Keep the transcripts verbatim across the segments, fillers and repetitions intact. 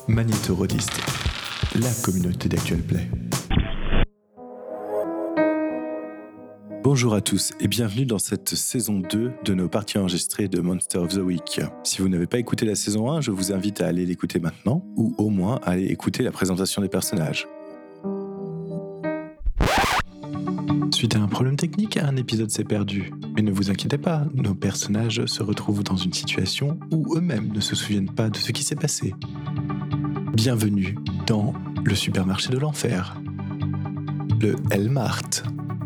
Magnétorodiste, la communauté d'Actual Play. Bonjour à tous et bienvenue dans cette saison deux de nos parties enregistrées de Monster of the Week. Si vous n'avez pas écouté la saison un, je vous invite à aller l'écouter maintenant, ou au moins à aller écouter la présentation des personnages. Suite à un problème technique, un épisode s'est perdu. Mais ne vous inquiétez pas, nos personnages se retrouvent dans une situation où eux-mêmes ne se souviennent pas de ce qui s'est passé. Bienvenue dans le supermarché de l'enfer, le Hellmart.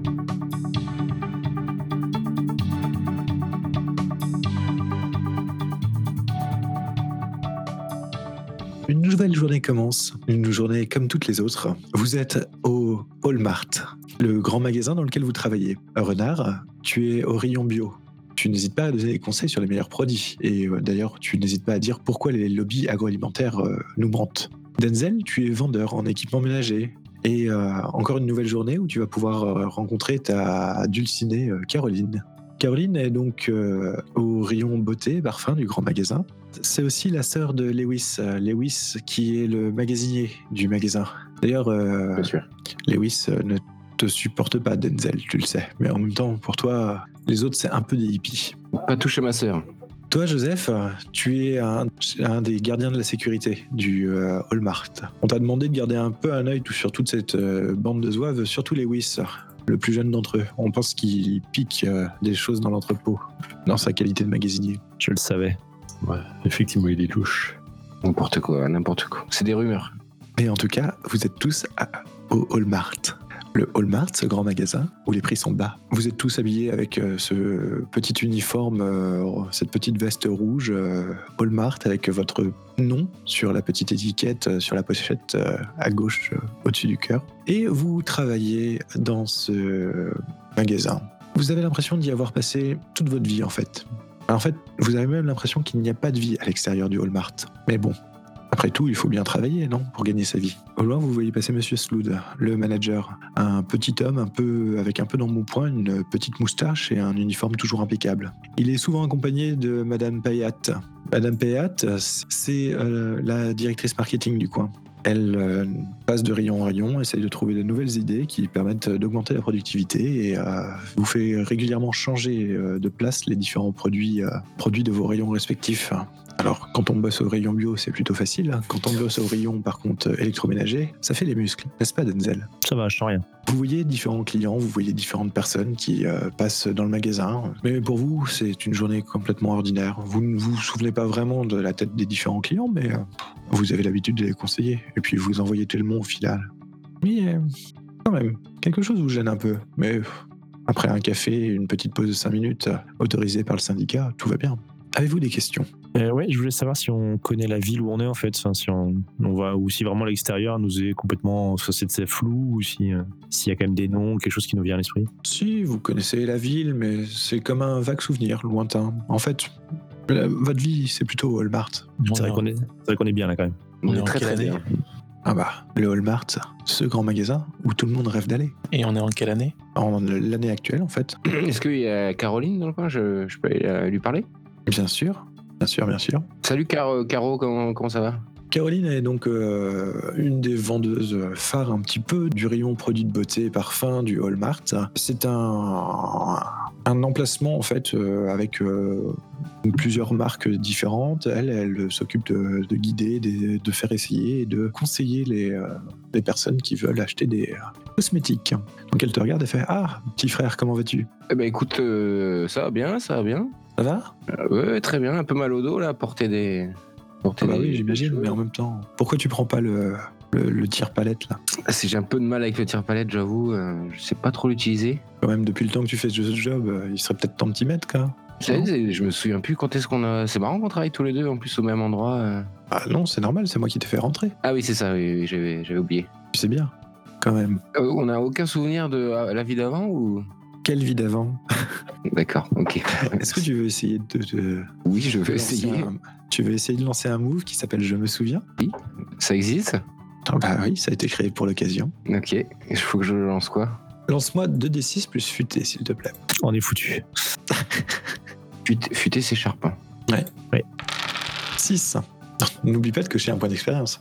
Une nouvelle journée commence, une journée comme toutes les autres. Vous êtes au Hellmart, le grand magasin dans lequel vous travaillez. Renard, tu es au rayon bio. Tu n'hésites pas à donner des conseils sur les meilleurs produits. Et euh, d'ailleurs, tu n'hésites pas à dire pourquoi les lobbies agroalimentaires euh, nous mentent. Denzel, tu es vendeur en équipement ménager. Et euh, encore une nouvelle journée où tu vas pouvoir euh, rencontrer ta dulcinée euh, Caroline. Caroline est donc euh, au rayon beauté, parfum du grand magasin. C'est aussi la sœur de Lewis, euh, Lewis qui est le magasinier du magasin. D'ailleurs, euh, Bien sûr. Lewis euh, ne te supporte pas, Denzel, tu le sais. Mais en même temps, pour toi, les autres, c'est un peu des hippies. Pas toucher ma sœur. Toi, Joseph, tu es un, un des gardiens de la sécurité du euh, Hellmart. On t'a demandé de garder un peu un œil sur toute cette euh, bande de zouaves, surtout Lewis, le plus jeune d'entre eux. On pense qu'il pique euh, des choses dans l'entrepôt, dans sa qualité de magasinier. Je le savais. Ouais, effectivement, il est louche. N'importe quoi, n'importe quoi. C'est des rumeurs. Et en tout cas, vous êtes tous à, au Hellmart. Le Hellmart, ce grand magasin où les prix sont bas. Vous êtes tous habillés avec euh, ce petit uniforme, euh, cette petite veste rouge, euh, Hellmart, avec votre nom sur la petite étiquette, euh, sur la pochette euh, à gauche, euh, au-dessus du cœur. Et vous travaillez dans ce magasin. Vous avez l'impression d'y avoir passé toute votre vie, en fait. En fait, vous avez même l'impression qu'il n'y a pas de vie à l'extérieur du Hellmart. Mais bon, après tout, il faut bien travailler, non, pour gagner sa vie. Au loin, vous voyez passer Monsieur Slood, le manager. Un petit homme un peu, avec un peu d'embonpoint, une petite moustache et un uniforme toujours impeccable. Il est souvent accompagné de Madame Payat. Madame Payat, c'est euh, la directrice marketing du coin. Elle euh, passe de rayon en rayon, essaye de trouver de nouvelles idées qui permettent d'augmenter la productivité et euh, vous fait régulièrement changer euh, de place les différents produits, euh, produits de vos rayons respectifs. Alors, quand on bosse au rayon bio, c'est plutôt facile. Quand on bosse au rayon, par contre, électroménager, ça fait les muscles, n'est-ce pas, Denzel ? Ça va, je sens rien. Vous voyez différents clients, vous voyez différentes personnes qui euh, passent dans le magasin. Mais pour vous, c'est une journée complètement ordinaire. Vous ne vous souvenez pas vraiment de la tête des différents clients, mais euh, vous avez l'habitude de les conseiller. Et puis, vous envoyez tellement au final. Mais euh, quand même, quelque chose vous gêne un peu. Mais euh, après un café, une petite pause de cinq minutes, euh, autorisée par le syndicat, tout va bien. Avez-vous des questions ? Euh, ouais, je voulais savoir si on connaît la ville où on est en fait, enfin, si on, on va, ou si vraiment l'extérieur nous est complètement, soit c'est, c'est flou, ou si euh, s'il y a quand même des noms, quelque chose qui nous vient à l'esprit. Si, vous connaissez la ville, mais c'est comme un vague souvenir, lointain. En fait, la- votre vie, c'est plutôt au Hellmart. C'est vrai, qu'on est, c'est vrai qu'on est bien là quand même. On On est est en très quelle très année bien. Ah bah, le Hellmart, ce grand magasin où tout le monde rêve d'aller. Et on est en quelle année? En l'année actuelle, en fait. Est-ce qu'il y a Caroline dans le coin? je, je peux aller, euh, lui parler? Bien sûr, bien sûr, bien sûr. Salut Caro, Caro, comment, comment ça va? Caroline est donc euh, une des vendeuses phares un petit peu du rayon produits de beauté et parfums du Hellmart. C'est un, un emplacement en fait euh, avec euh, plusieurs marques différentes. Elle, elle s'occupe de, de guider, de, de faire essayer et de conseiller les, euh, les personnes qui veulent acheter des euh, cosmétiques. Donc elle te regarde et fait « Ah, petit frère, comment vas-tu? Eh ben écoute, euh, ça va bien, ça va bien. Ça va ?» Euh, ouais, très bien, un peu mal au dos là, porter des... Porter Ah bah des- oui, des j'imagine, choses. mais en même temps, pourquoi tu prends pas le, le, le tire-palette là? Ah, si j'ai un peu de mal avec le tire-palette, j'avoue, euh, je sais pas trop l'utiliser. Quand même, depuis le temps que tu fais ce job, euh, il serait peut-être temps de t'y mettre, quoi. Vous savez, c'est- je me souviens plus quand est-ce qu'on a... C'est marrant qu'on travaille tous les deux en plus au même endroit. euh. Ah non, c'est normal, c'est moi qui t'ai fait rentrer. Ah oui, c'est ça, oui, oui, j'avais, j'avais oublié. Tu sais bien, quand même. Euh, on a aucun souvenir de euh, la vie d'avant ou... Quelle vie d'avant? D'accord, ok. Est-ce que tu veux essayer de... de- Oui, je de vais lancer essayer. un- Tu veux essayer de lancer un move qui s'appelle Je me souviens? Ça existe? Ah bah oui, ça a été créé pour l'occasion. Ok, il faut que je lance quoi? Lance-moi deux d six plus futé, s'il te plaît. On est foutu. Futé, futé c'est sharp. hein. six. N'oublie pas de cocher un point d'expérience.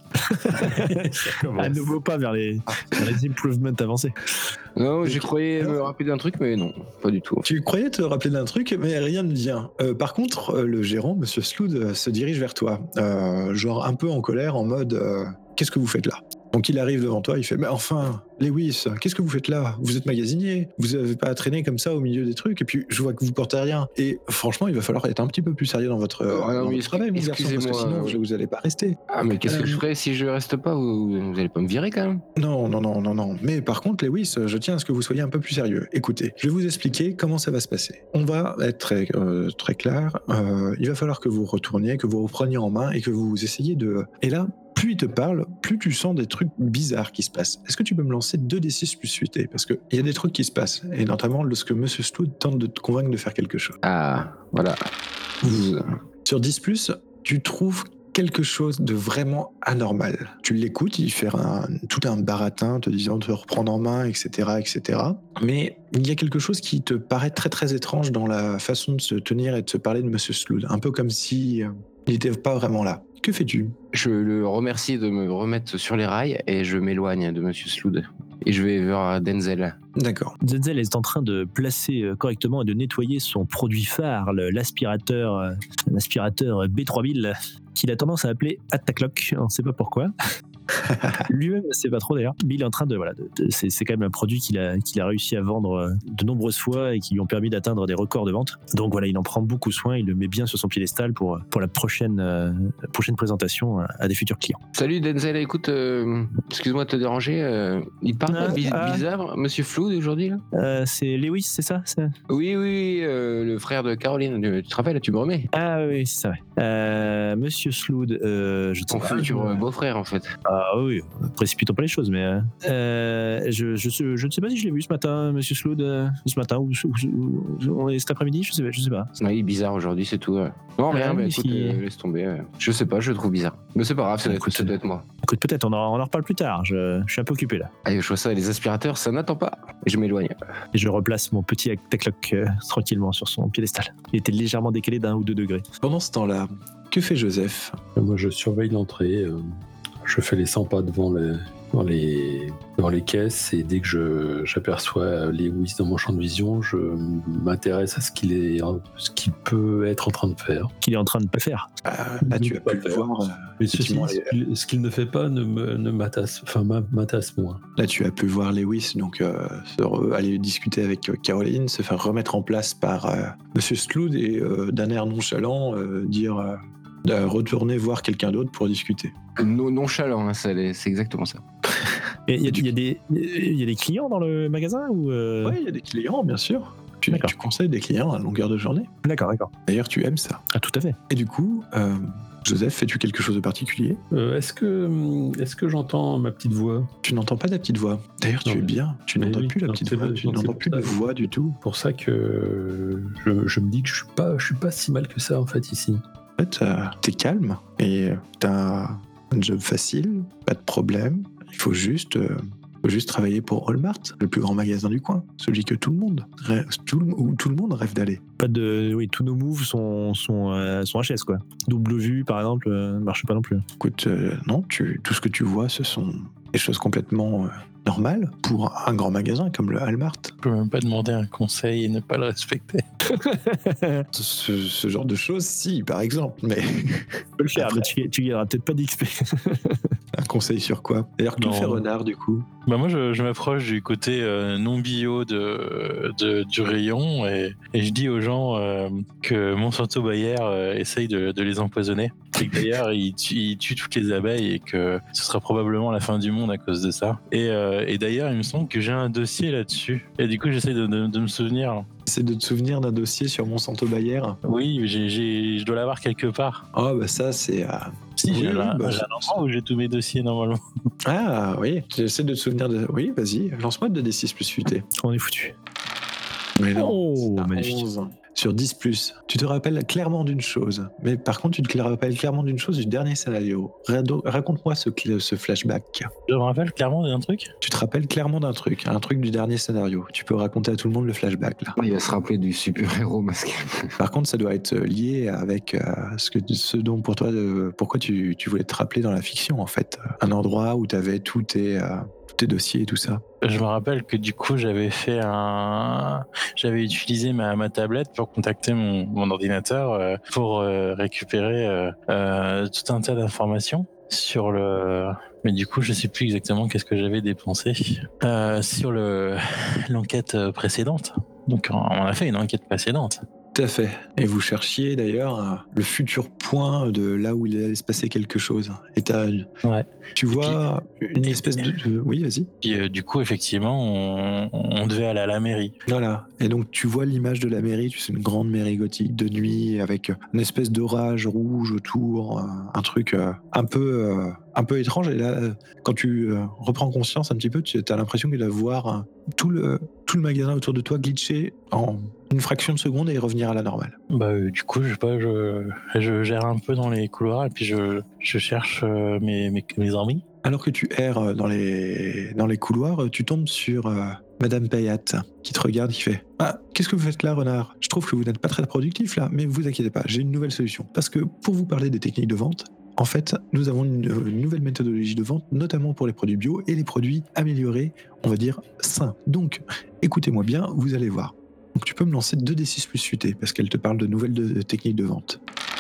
À nouveau pas vers les, vers les improvements avancés. Non, j'ai croyé me rappeler d'un truc, mais non, pas du tout. Tu croyais te rappeler d'un truc, mais rien ne vient. Euh, par contre, euh, le gérant, Monsieur Slood, euh, se dirige vers toi, euh, genre un peu en colère, en mode euh, qu'est-ce que vous faites là? Donc il arrive devant toi, il fait mais enfin, Lewis, qu'est-ce que vous faites là? Vous êtes magasinier, vous n'avez pas à traîner comme ça au milieu des trucs, et puis je vois que vous portez rien. Et franchement, il va falloir être un petit peu plus sérieux dans votre, Oh, non, dans mais votre travail, mon garçon, parce que excusez-moi, sinon euh, vous n'allez pas rester. Ah, mais qu'est-ce que Euh, je ferais si je reste pas? Vous, vous allez pas me virer quand même? Non, non, non, non, non. Mais par contre, Lewis, je tiens à ce que vous soyez un peu plus sérieux. Écoutez, je vais vous expliquer comment ça va se passer. On va être très, euh, très clair. Euh, il va falloir que vous retourniez, que vous repreniez en main et que vous essayiez de... Et là, plus il te parle, plus tu sens des trucs bizarres qui se passent. Est-ce que tu peux me lancer deux d six plus huit? Parce qu'il y a des trucs qui se passent. Et notamment lorsque Monsieur Slood tente de te convaincre de faire quelque chose. Ah, voilà. Vous- Sur dix plus, tu trouves quelque chose de vraiment anormal. Tu l'écoutes, il fait un, tout un baratin te disant de te reprendre en main, et cetera, et cetera. Mais il y a quelque chose qui te paraît très très étrange dans la façon de se tenir et de se parler de Monsieur Slood. Un peu comme si euh, il n'était pas vraiment là. Que fais-tu? Je le remercie de me remettre sur les rails et je m'éloigne de Monsieur Slood. Et je vais vers Denzel. D'accord. Denzel est en train de placer euh, correctement et de nettoyer son produit phare, le- l'aspirateur, euh, l'aspirateur B trois mille, qu'il a tendance à appeler Attaclock. On ne sait pas pourquoi. Lui-même ne sait pas trop d'ailleurs. Mais il est en train de. Voilà, de- de- c'est, c'est quand même un produit qu'il a, qu'il a réussi à vendre euh, de nombreuses fois et qui lui ont permis d'atteindre des records de vente. Donc voilà, il en prend beaucoup soin, il le met bien sur son piédestal pour, pour la prochaine, euh, la prochaine présentation à, à des futurs clients. Salut Denzel, écoute, euh, excuse-moi de te déranger. euh, il parle Ah, pas bi- ah. bizarre, Monsieur Flood aujourd'hui là? Euh, c'est Lewis, c'est ça c'est... Oui, oui, oui, euh, le frère de Caroline. Tu te rappelles, tu me remets? Ah oui, c'est ça. Ouais. Euh, Monsieur Slood, euh, je ne sais Ton pas. futur je- euh, beau-frère en fait. Ah oui, précipitons pas les choses, mais euh, euh, je, je, sais- je ne sais pas si je l'ai vu ce matin, Monsieur Slood, euh, ce matin ou, ou- ou- ou cet après-midi, je sais, pas- je sais pas. Oui, bizarre aujourd'hui, c'est tout. ouais. Non, rien, Ouais, bah, mais écoute, si- euh, laisse tomber. ouais. Je sais pas, je le trouve bizarre. Mais c'est pas grave, ça doit, être, Écoute, ça doit être moi. Écoute, peut-être, on en, on en reparle plus tard. Je, je suis un peu occupé là. Allez, je vois ça, les aspirateurs, ça n'attend pas. Et je m'éloigne. Et je replace mon petit Tecloc euh, tranquillement sur son piédestal. Il était légèrement décalé d'un ou deux degrés. Pendant ce temps-là, que fait Joseph? Moi, je surveille l'entrée. euh, je fais les cent pas devant les, dans, les, devant les caisses et dès que je, j'aperçois Lewis dans mon champ de vision, je m'intéresse à ce qu'il, est, ce qu'il peut être en train de faire. Qu'il est en train de pas faire. Euh, Là, tu as Pas pu le le faire. voir. euh, Mais ceci, effectivement, ce qu'il, ce qu'il ne fait pas ne, me, ne m'attasse, enfin, m'a- m'intéresse moins. Là, tu as pu voir Lewis donc euh, se re- aller discuter avec euh, Caroline, se faire remettre en place par euh, Monsieur Slood et euh, d'un air nonchalant euh, dire euh, de retourner voir quelqu'un d'autre pour discuter. Non, nonchalant, hein, ça, c'est exactement ça. Et il y, a- il y a des- il y a des clients dans le magasin ou euh... Oui, il y a des clients, bien sûr. Tu, D'accord. tu conseilles des clients à longueur de journée. D'accord, d'accord. D'ailleurs, tu aimes ça. Ah, tout à fait. Et du coup, euh, Joseph, fais-tu quelque chose de particulier? Euh, est-ce que, hum, est-ce que j'entends ma petite voix? Tu n'entends pas ta petite voix. D'ailleurs, tu Non, es mais- bien. Tu mais n'entends oui, plus la non, petite c'est voix. vrai, Tu non, c'est n'entends pour plus ça. de voix du tout. Pour ça que je, je me dis que je suis pas, je suis pas si mal que ça en fait ici. En fait, euh, t'es calme et euh, t'as un job facile, pas de problème. Il faut juste, euh, faut juste travailler pour Walmart, le plus grand magasin du coin, celui que tout le monde rêve, tout le, où tout le monde rêve d'aller. Pas de, oui, tous nos moves sont, sont, euh, sont H S, quoi. Double vue, par exemple, euh, ne marche pas non plus. Écoute, euh, non, tu, tout ce que tu vois, ce sont des choses complètement euh, normales pour un grand magasin comme le Walmart. Je peux même pas demander un conseil et ne pas le respecter. Ce, ce genre de choses, si, par exemple, mais Tu peux le faire, Après- mais tu, tu gagneras peut-être pas d'X P. un conseil sur quoi? D'ailleurs, que Non. fait Renard du coup? Bah moi, je, je m'approche du côté euh, non bio de, de- du rayon et, et je dis aux gens euh, que Monsanto Bayer euh, essaye de, de les empoisonner. Et que d'ailleurs, il tue, il tue toutes les abeilles et que ce sera probablement la fin du monde à cause de ça. Et, euh, et d'ailleurs, il me semble que j'ai un dossier là-dessus. Et du coup, j'essaie de, de- de me souvenir. C'est de te souvenir d'un dossier sur Monsanto Bayer. Oui, j'ai, j'ai- je dois l'avoir quelque part. Oh, bah ça, c'est... euh, Si, Oui, j'ai, oui, un, bah, j'ai c'est- un endroit où j'ai tous mes dossiers normalement. Ah, oui, j'essaie de te souvenir de... Oui, vas-y, lance-moi deux d six plus futé. On est foutu. Mais non, Oh, c'est un magnifique. onze. sur dix plus, tu te rappelles clairement d'une chose. Mais par contre, tu te rappelles clairement d'une chose du dernier scénario. Rado- Raconte-moi ce, cl- ce flashback. Je me rappelle clairement d'un truc. Tu te rappelles clairement d'un truc, un truc du dernier scénario. Tu peux raconter à tout le monde le flashback là. Il va se rappeler du super-héros masqué. Par contre, ça doit être lié avec euh, ce, que, ce dont pour toi, euh, pourquoi tu, tu voulais te rappeler dans la fiction en fait. Un endroit où tu avais tous tes, euh, tous tes dossiers et tout ça. Je me rappelle que du coup, j'avais fait un, j'avais utilisé ma, ma tablette pour contacter mon, mon ordinateur euh, pour euh, récupérer euh, euh, tout un tas d'informations sur le. Mais du coup, je sais plus exactement qu'est-ce que j'avais dépensé euh, sur le l'enquête précédente. Donc, on a fait une enquête précédente. Tout à fait. Et vous cherchiez d'ailleurs le futur point de là où il allait se passer quelque chose. Et t'as, Ouais. tu vois une espèce de... de- Oui, vas-y. Puis euh, du coup, effectivement, on, on devait aller à la mairie. Voilà. Et donc tu vois l'image de la mairie, tu sais, une grande mairie gothique de nuit avec une espèce d'orage rouge autour, euh, un truc euh, un peu euh, un peu étrange. Et là, euh, quand tu euh, reprends conscience un petit peu, tu as l'impression de voir euh, tout le tout le magasin autour de toi glitcher en une fraction de seconde et revenir à la normale. Bah, euh, du coup, je sais pas, je, je gère un peu dans les couloirs et puis je, je cherche euh, mes, mes, mes amis. Alors que tu erres dans les dans les couloirs, tu tombes sur euh, Madame Payat qui te regarde, qui fait « Ah, qu'est-ce que vous faites là, renard ? Je trouve que vous n'êtes pas très productif là, mais vous inquiétez pas, j'ai une nouvelle solution. Parce que pour vous parler des techniques de vente, en fait, nous avons une, une nouvelle méthodologie de vente, notamment pour les produits bio et les produits améliorés, on va dire sains. Donc, écoutez-moi bien, vous allez voir. Donc tu peux me lancer deux D six plus futé, parce qu'elle te parle de nouvelles de, de techniques de vente.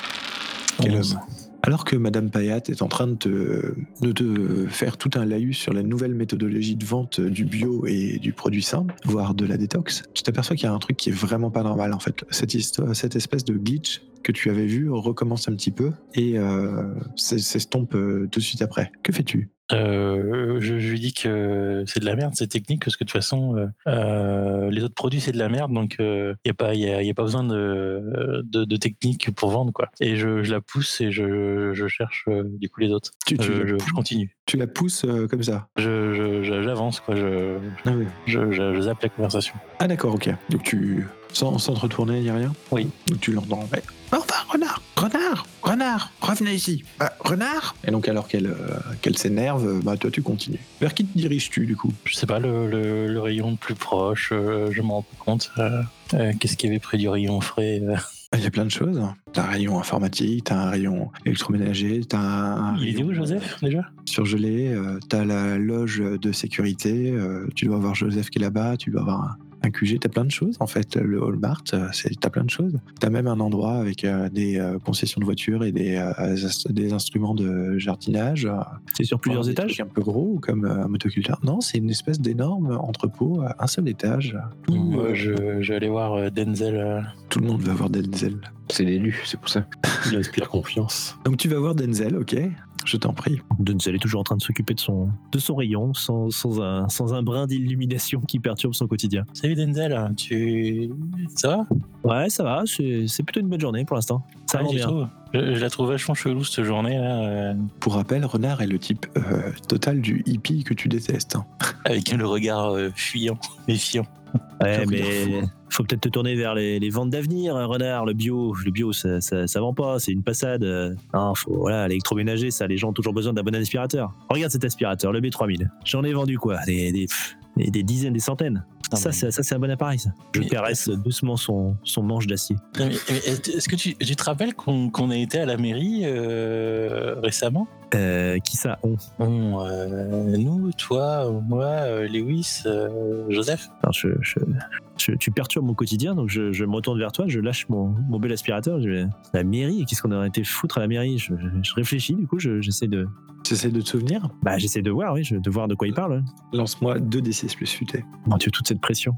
Quel onze. homme. Alors que Madame Payat est en train de te, de te faire tout un laïus sur la nouvelle méthodologie de vente du bio et du produit sain, voire de la détox, tu t'aperçois qu'il y a un truc qui est vraiment pas normal en fait. Cette, histoire, cette espèce de glitch que tu avais vu recommence un petit peu et euh, s'estompe euh, tout de suite après. Que fais-tu ? Euh, je, je lui dis que c'est de la merde, c'est technique, parce que de toute façon, euh, euh, les autres produits, c'est de la merde, donc il euh, n'y a, pas, y a, y a pas besoin de, de, de technique pour vendre, quoi. Et je, je la pousse et je, je cherche euh, du coup les autres. Tu, tu, je, la, je, pou- je continue. tu la pousses euh, comme ça. Je, je, je- j'avance, quoi. Je, Ah oui. je, je, je zappe la conversation. Ah d'accord, ok. Donc tu... Sans, sans te retourner, il n'y a rien ? Oui. Donc tu l'entends. Ouais. Enfin, renard, renard, renard, revenez ici. Ah, renard. Et donc alors qu'elle euh, qu'elle s'énerve, bah toi tu continues. Vers qui te diriges-tu du coup ? Je sais pas, le, le, le rayon le plus proche, euh, je m'en rends pas compte. Euh, euh, qu'est-ce qu'il y avait près du rayon frais euh. Il y a plein de choses. T'as un rayon informatique, t'as un rayon électroménager, t'as un Il est rayon où, Joseph, déjà ? surgelé, euh, t'as la loge de sécurité, euh, tu dois avoir Joseph qui est là-bas, tu dois avoir un, un Q G, t'as plein de choses en fait. Le Walmart, euh, c'est, t'as plein de choses. T'as même un endroit avec euh, des euh, concessions de voitures et des, euh, as- des instruments de jardinage. euh, C'est sur plusieurs des étages. trucs un peu gros comme euh, un motoculteur. Non, c'est une espèce d'énorme entrepôt à un seul étage. Tout, Moi, euh, je, je vais aller voir euh, Denzel. euh. tout le monde va voir Denzel. C'est l'élu, c'est pour ça. Il inspire confiance. Donc tu vas voir Denzel, ok ? Je t'en prie. Denzel est toujours en train de s'occuper de son, de son rayon sans, sans, un, sans un brin d'illumination qui perturbe son quotidien. Salut Denzel, tu. Ça va ? Ouais, ça va, c'est, c'est plutôt une bonne journée pour l'instant. Ça Ah, avance tu bien. trouves je, je la trouve vachement chelou cette journée là, euh, Pour rappel, Renard est le type euh, total du hippie que tu détestes. hein. avec le regard euh, fuyant, méfiant. Ouais, Je mais regarde faut peut-être te tourner vers les, les ventes d'avenir, hein, renard, le bio. Le bio, ça, ça, ça vend pas, c'est une passade. Euh, Non, faut, voilà, l'électroménager, ça, les gens ont toujours besoin d'un bon aspirateur. Regarde cet aspirateur, le B trois mille. J'en ai vendu quoi des, des, pff, des, des dizaines, des centaines. Putain, Ça, mais- c'est, ça, c'est un bon appareil, ça. Je Mais- caresse doucement son, son manche d'acier. Non, mais- mais Est-ce que tu, tu te rappelles qu'on qu'on a été à la mairie euh, récemment ? Euh, qui ça on Bon, euh, nous, toi, moi, euh, Lewis, euh, Joseph. Alors, je, je, je- tu perturbes mon quotidien, donc je, je me retourne vers toi, je lâche mon, mon bel aspirateur. Je vais, la mairie, qu'est-ce qu'on aurait été foutre à la mairie je, je- je réfléchis, du coup, je, j'essaie de. Tu essaies de te souvenir ? Bah, j'essaie de voir, oui, je- de voir de quoi il parle. ouais. Lance-moi deux D six plus futé. Mon Dieu, toute cette pression.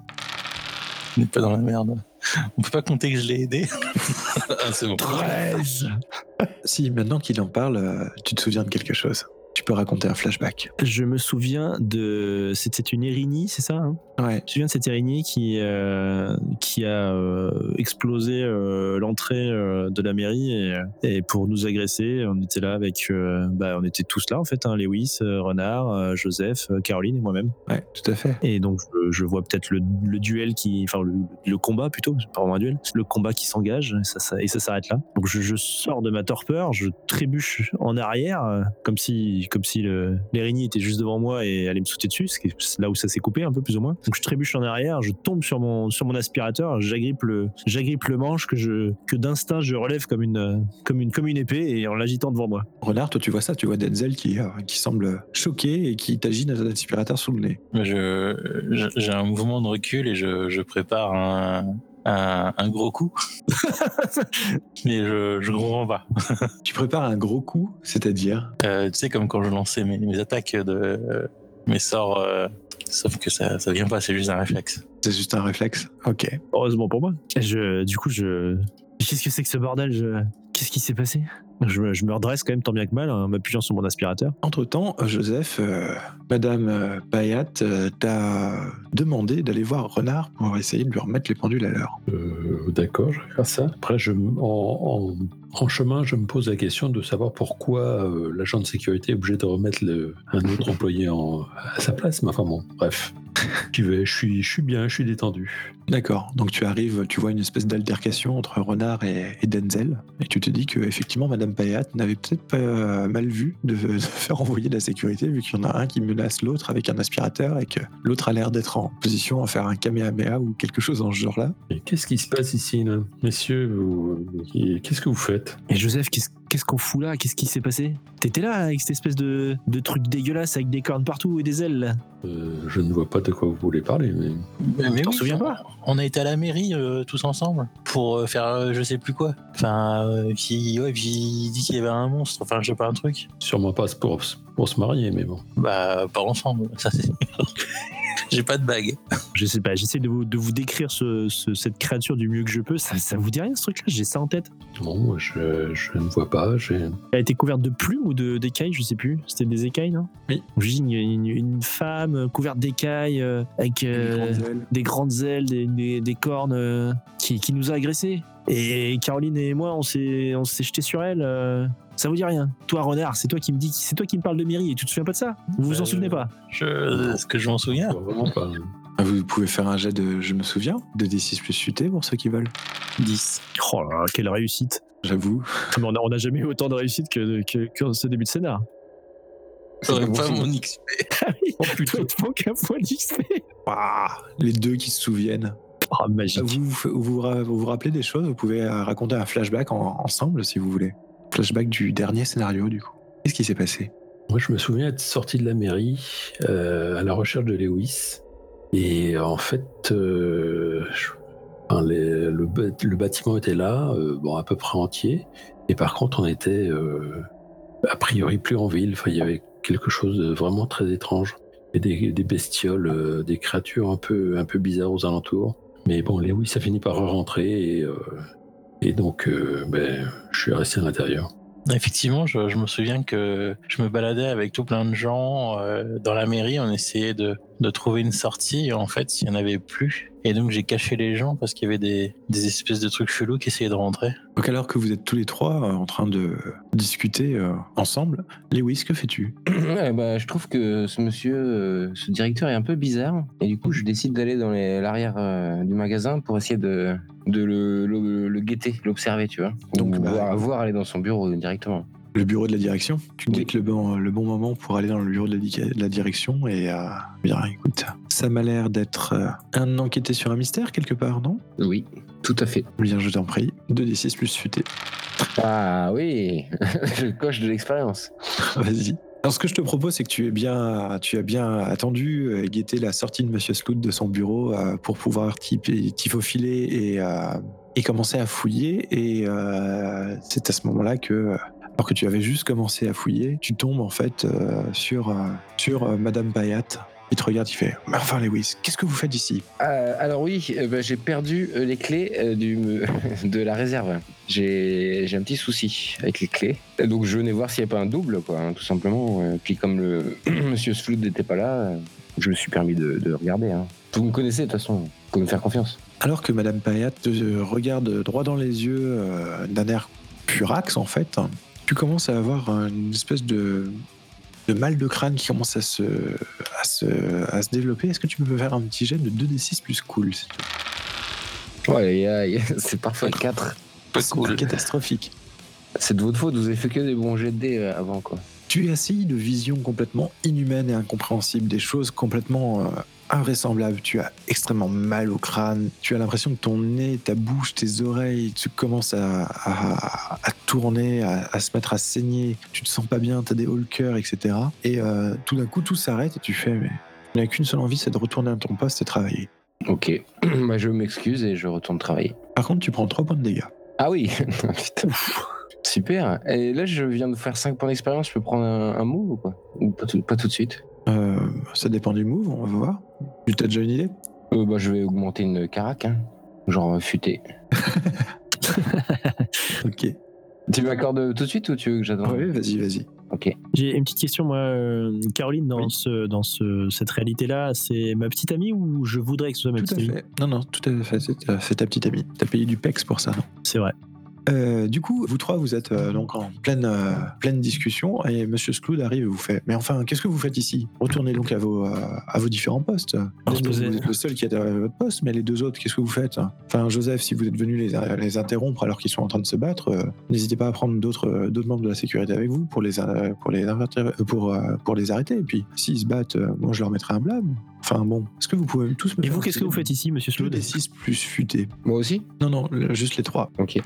On n'est pas dans la merde. On peut pas compter que je l'ai aidé. Ah, c'est bon. treize Si, maintenant qu'il en parle, euh, tu te souviens de quelque chose. Tu peux raconter un flashback. Je me souviens de... C'était une Érigny, c'est ça hein Ouais. Je me souviens de cette Érigny qui, euh, qui a euh, explosé euh, l'entrée euh, de la mairie et, et pour nous agresser, on était là avec... Euh, bah, on était tous là en fait, hein, Lewis, euh, Renard, euh, Joseph, euh, Caroline et moi-même. Ouais, tout à fait. Et donc je, je vois peut-être le, le duel qui... Enfin le, le combat plutôt, c'est pas vraiment un duel. Le combat qui s'engage et ça, ça, et ça s'arrête là. Donc je, je sors de ma torpeur, je trébuche en arrière, euh, comme si, comme si le, l'Érigny était juste devant moi et allait me sauter dessus, c'est là où ça s'est coupé un peu plus ou moins. Donc je trébuche en arrière, je tombe sur mon, sur mon aspirateur, j'agrippe le, j'agrippe le manche que, je, que d'instinct je relève comme une, comme, une, comme une épée et en l'agitant devant moi. Renard, toi tu vois ça, tu vois Denzel qui, euh, qui semble choqué et qui t'agite un aspirateur sous le nez. Je, je- j'ai un mouvement de recul et je, je prépare un, un, un gros coup. Mais je, je comprends pas. Tu prépares un gros coup, c'est-à-dire Euh, tu sais, comme quand je lançais mes, mes attaques de euh, mes sorts, euh, sauf que ça, ça vient pas, c'est juste un réflexe. c'est juste un réflexe. Ok. Heureusement pour moi. Je, du coup, je... Qu'est-ce que c'est que ce bordel je... Qu'est-ce qui s'est passé je me, je me redresse quand même tant bien que mal en m'appuyant sur mon aspirateur. Entre-temps, Joseph, euh, Madame euh, Payat euh, t'a demandé d'aller voir Renard pour essayer de lui remettre les pendules à l'heure. Euh, D'accord, je vais faire ça. Après, je, m- en, en, en chemin, je me pose la question de savoir pourquoi euh, l'agent de sécurité est obligé de remettre le, un autre employé en, à sa place. Mais enfin bon, bref. J'y vais, je suis, je suis bien, je suis détendu. D'accord, donc tu arrives, tu vois une espèce d'altercation entre Renard et, et Denzel, et tu te dis que effectivement Madame Payat n'avait peut-être pas euh, mal vu de, de faire envoyer de la sécurité, vu qu'il y en a un qui menace l'autre avec un aspirateur et que l'autre a l'air d'être en position à faire un kamehameha ou quelque chose dans ce genre-là. Et qu'est-ce qui se passe ici, là Messieurs, vous- qu'est-ce que vous faites Et Joseph, qu'est-ce, qu'est-ce qu'on fout là? Qu'est-ce qui s'est passé? T'étais là avec cette espèce de, de truc dégueulasse avec des cornes partout et des ailes là. Euh, Je ne vois pas de quoi vous voulez parler, mais... Mais, mais t'en oui, souviens on- pas On a été à la mairie euh, tous ensemble pour euh, faire euh, je sais plus quoi. Enfin, euh, puis, ouais, puis il dit qu'il y avait un monstre, enfin je sais pas un truc. Sûrement pas pour, pour se marier, mais bon. Bah, pas ensemble, ça c'est. J'ai pas de bague. Je sais pas, j'essaie de vous, de vous décrire ce, ce- cette créature du mieux que je peux. Ça, ça vous dit rien ce truc-là? J'ai ça en tête. Non, moi, je, je ne vois pas. J'ai... Elle a été couverte de plumes ou de, d'écailles, je sais plus. C'était des écailles, non? Oui. J'ai une, une, une femme couverte d'écailles euh, avec euh, Des grandes ailes. des grandes ailes, des, des, des cornes euh, qui, qui nous a agressés. Et Caroline et moi, on s'est, on s'est jeté sur elle. euh, ça vous dit rien? Toi, Renard, c'est toi qui me dis, c'est toi qui me parle de Myri et tu te souviens pas de ça? Vous vous en Euh, souvenez pas? Je... Est-ce que je m'en souviens? Je vois vraiment pas. Vous pouvez faire un jet de je me souviens, de D six plus U T pour ceux qui veulent. dix. Oh là là, quelle réussite! J'avoue. Mais on a, on a jamais eu autant de réussite que, que, que ce début de scénar. J'aurais bon pas signe. mon X P. Ah oui, oh putain, il te manque un point d'X P. Ah, les deux qui se souviennent. Oh, magique. Vous vous, vous, ra- vous vous rappelez des choses? Vous pouvez euh, raconter un flashback en- ensemble si vous voulez. Flashback du dernier scénario du coup. Qu'est-ce qui s'est passé? Moi, je me souviens être sorti de la mairie euh, à la recherche de Lewis. Et en fait, euh, je- enfin, les- le, ba- le bâtiment était là, euh, bon, à peu près entier. Et par contre, on était euh, a priori plus en ville. Enfin, il y avait quelque chose de vraiment très étrange. Et des, des bestioles, euh, des créatures un peu, un peu bizarres aux alentours. Mais bon, Lewis a fini par rentrer. Et, euh, et donc, euh, ben, je suis resté à l'intérieur. Effectivement, je, je me souviens que je me baladais avec tout plein de gens euh, dans la mairie. On essayait de, de trouver une sortie. Et en fait, il n'y en avait plus. Et donc, j'ai caché les gens parce qu'il y avait des, des espèces de trucs chelous qui essayaient de rentrer. Donc alors que vous êtes tous les trois euh, en train de discuter euh, ensemble, Lewis, que fais-tu? Ouais, bah, je trouve que ce monsieur, euh, ce directeur est un peu bizarre. Et du coup, je décide d'aller dans les- l'arrière euh, du magasin pour essayer de, de le, le- le guetter, l'observer, tu vois. Donc, Ou bah- voir, voir aller dans son bureau euh, directement. Le bureau de la direction. Tu Oui. guettes le bon, le bon moment pour aller dans le bureau de la, di- de la direction et euh, bien écoute, ça m'a l'air d'être euh, un enquêté sur un mystère quelque part, non? Oui, tout à fait. Bien, je t'en prie. deux D six plus futé. Ah oui, je coche de l'expérience. Vas-y. Alors ce que je te propose, c'est que tu, es bien, tu as bien attendu et guetté la sortie de Monsieur Sloot de son bureau euh, pour pouvoir t'y t'y faufiler et, euh, et commencer à fouiller. Et euh, c'est à ce moment-là que, alors que tu avais juste commencé à fouiller, tu tombes en fait euh, sur, euh, sur euh, Madame Payat Il te regarde, il fait « Mais enfin, Lewis, qu'est-ce que vous faites ici ?» Euh, alors oui, euh, bah, j'ai perdu euh, les clés euh, du, de la réserve. J'ai, j'ai un petit souci avec les clés. Et donc je venais voir s'il n'y avait pas un double, quoi, hein, tout simplement. Euh, Puis comme le Monsieur Slood n'était pas là, euh, je me suis permis de, de regarder. Hein. Vous me connaissez de toute façon, vous pouvez me faire confiance. Alors que Madame Payat te regarde droit dans les yeux euh, d'un air furax, en fait, tu commences à avoir une espèce de, de mal de crâne qui commence à se, à, se, à se développer. Est-ce que tu peux faire un petit jet de deux d six plus cool? Ouais, aïe, c'est parfois quatre. Pas C'est cool. catastrophique. C'est de votre faute, vous avez fait que des bons jets de dés euh, avant, quoi. Tu es assailli de visions complètement inhumaines et incompréhensibles, des choses complètement euh, invraisemblables. Tu as extrêmement mal au crâne. Tu as l'impression que ton nez, ta bouche, tes oreilles, tu commences à, à, à tourner, à, à se mettre à saigner. Tu te sens pas bien, tu as des hauts le cœur, et cetera. Et euh, tout d'un coup, tout s'arrête et tu fais, mais il n'y a qu'une seule envie, c'est de retourner à ton poste et travailler. Ok, bah, je m'excuse et je retourne travailler. Par contre, tu prends trois points de dégâts. Ah oui, putain. Super. Et là, je viens de faire cinq points d'expérience. Je peux prendre un, un move ou quoi? Ou pas tout, pas tout de suite? Euh, ça dépend du move, on va voir. Tu as déjà une idée? euh, bah, Je vais augmenter une carac, hein. Genre euh, futé. Ok. Tu m'accordes tout de suite ou tu veux que j'attende? Oui, vas-y, vas-y. Ok. J'ai une petite question, moi, euh, Caroline, dans, Oui. ce, dans ce, cette réalité-là, c'est ma petite amie ou je voudrais que ce soit ma Tout petite à amie? fait. Non, non, tout à fait. C'est ta, c'est ta petite amie. T'as payé du P E X pour ça, non? C'est vrai. Euh, du coup, vous trois, vous êtes euh, donc en pleine, euh, pleine discussion et Monsieur Skloud arrive et vous fait « Mais enfin, qu'est-ce que vous faites ici? Retournez donc à vos, euh, à vos différents postes. On se Vous posait- êtes le seul qui est à votre poste, mais les deux autres, qu'est-ce que vous faites? Enfin, Joseph, si vous êtes venu les, les interrompre alors qu'ils sont en train de se battre, euh, n'hésitez pas à prendre d'autres euh, d'autres membres de la sécurité avec vous pour les, euh, pour les, invertir- euh, pour, euh, pour les arrêter. Et puis, s'ils se battent, euh, moi, je leur mettrai un blâme. Enfin bon, est-ce que vous pouvez tous me Et faire vous, un qu'est-ce que vous faites ici, monsieur deux Sloud? des six plus futé? Moi aussi? Non, non, le- juste les trois. Ok.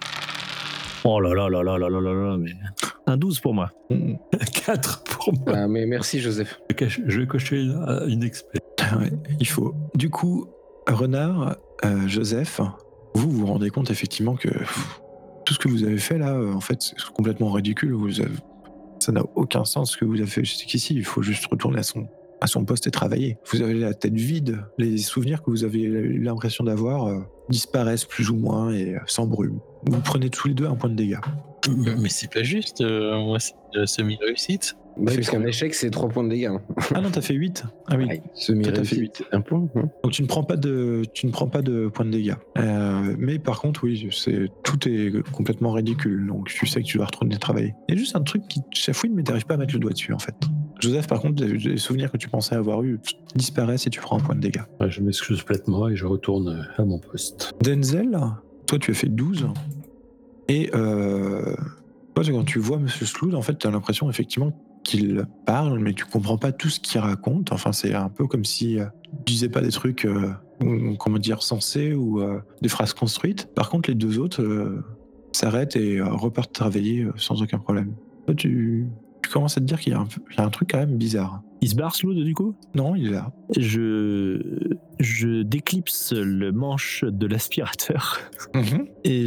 Oh là là là là là là là là, mais... Un douze pour moi. Mm. quatre pour moi. Ah, mais merci, Joseph. Je cache- Je vais cocher une, une expert. Ouais, il faut. Du coup, Renard, euh, Joseph, vous vous rendez compte effectivement que pff, tout ce que vous avez fait là, euh, en fait, c'est complètement ridicule. Vous avez- ça n'a aucun sens ce que vous avez fait jusqu'ici. Il faut juste retourner à son, à son poste et travailler. Vous avez la tête vide. Les souvenirs que vous avez eu l'impression d'avoir euh, disparaissent plus ou moins et euh, sans brume. Vous prenez tous les deux un point de dégâts. Mais mais c'est pas juste, euh, moi c'est de la semi-réussite. Bah, parce qu'un échec, c'est trois points de dégâts. hein. Ah non, t'as fait huit. Ah oui. Ouais, semi-réussite, un point. hein. Donc tu ne prends pas de, tu ne prends pas de points de dégâts. Euh, mais par contre, oui, c'est, tout est complètement ridicule. Donc tu sais que tu dois retourner travailler. Il y a juste un truc qui te chafouine, mais t'arrives pas à mettre le doigt dessus en fait. Joseph, par contre, les les souvenirs que tu pensais avoir eus disparaissent et tu prends un point de dégâts. Ouais, je m'excuse complètement et je retourne à mon poste. Denzel, toi tu as fait douze. Et euh, toi, quand tu vois Monsieur Sloud, en fait, tu as l'impression effectivement qu'il parle, mais tu comprends pas tout ce qu'il raconte. Enfin, c'est un peu comme si euh, il disait pas des trucs, euh, comment dire, sensés ou euh, des phrases construites. Par contre, les deux autres euh, s'arrêtent et euh, repartent travailler euh, sans aucun problème. Toi, tu, tu commences à te dire qu'il y a un, peu- il y a un truc quand même bizarre. Il se barre, Sloud, du coup? Non, il est là. Je... Je déclipse le manche de l'aspirateur et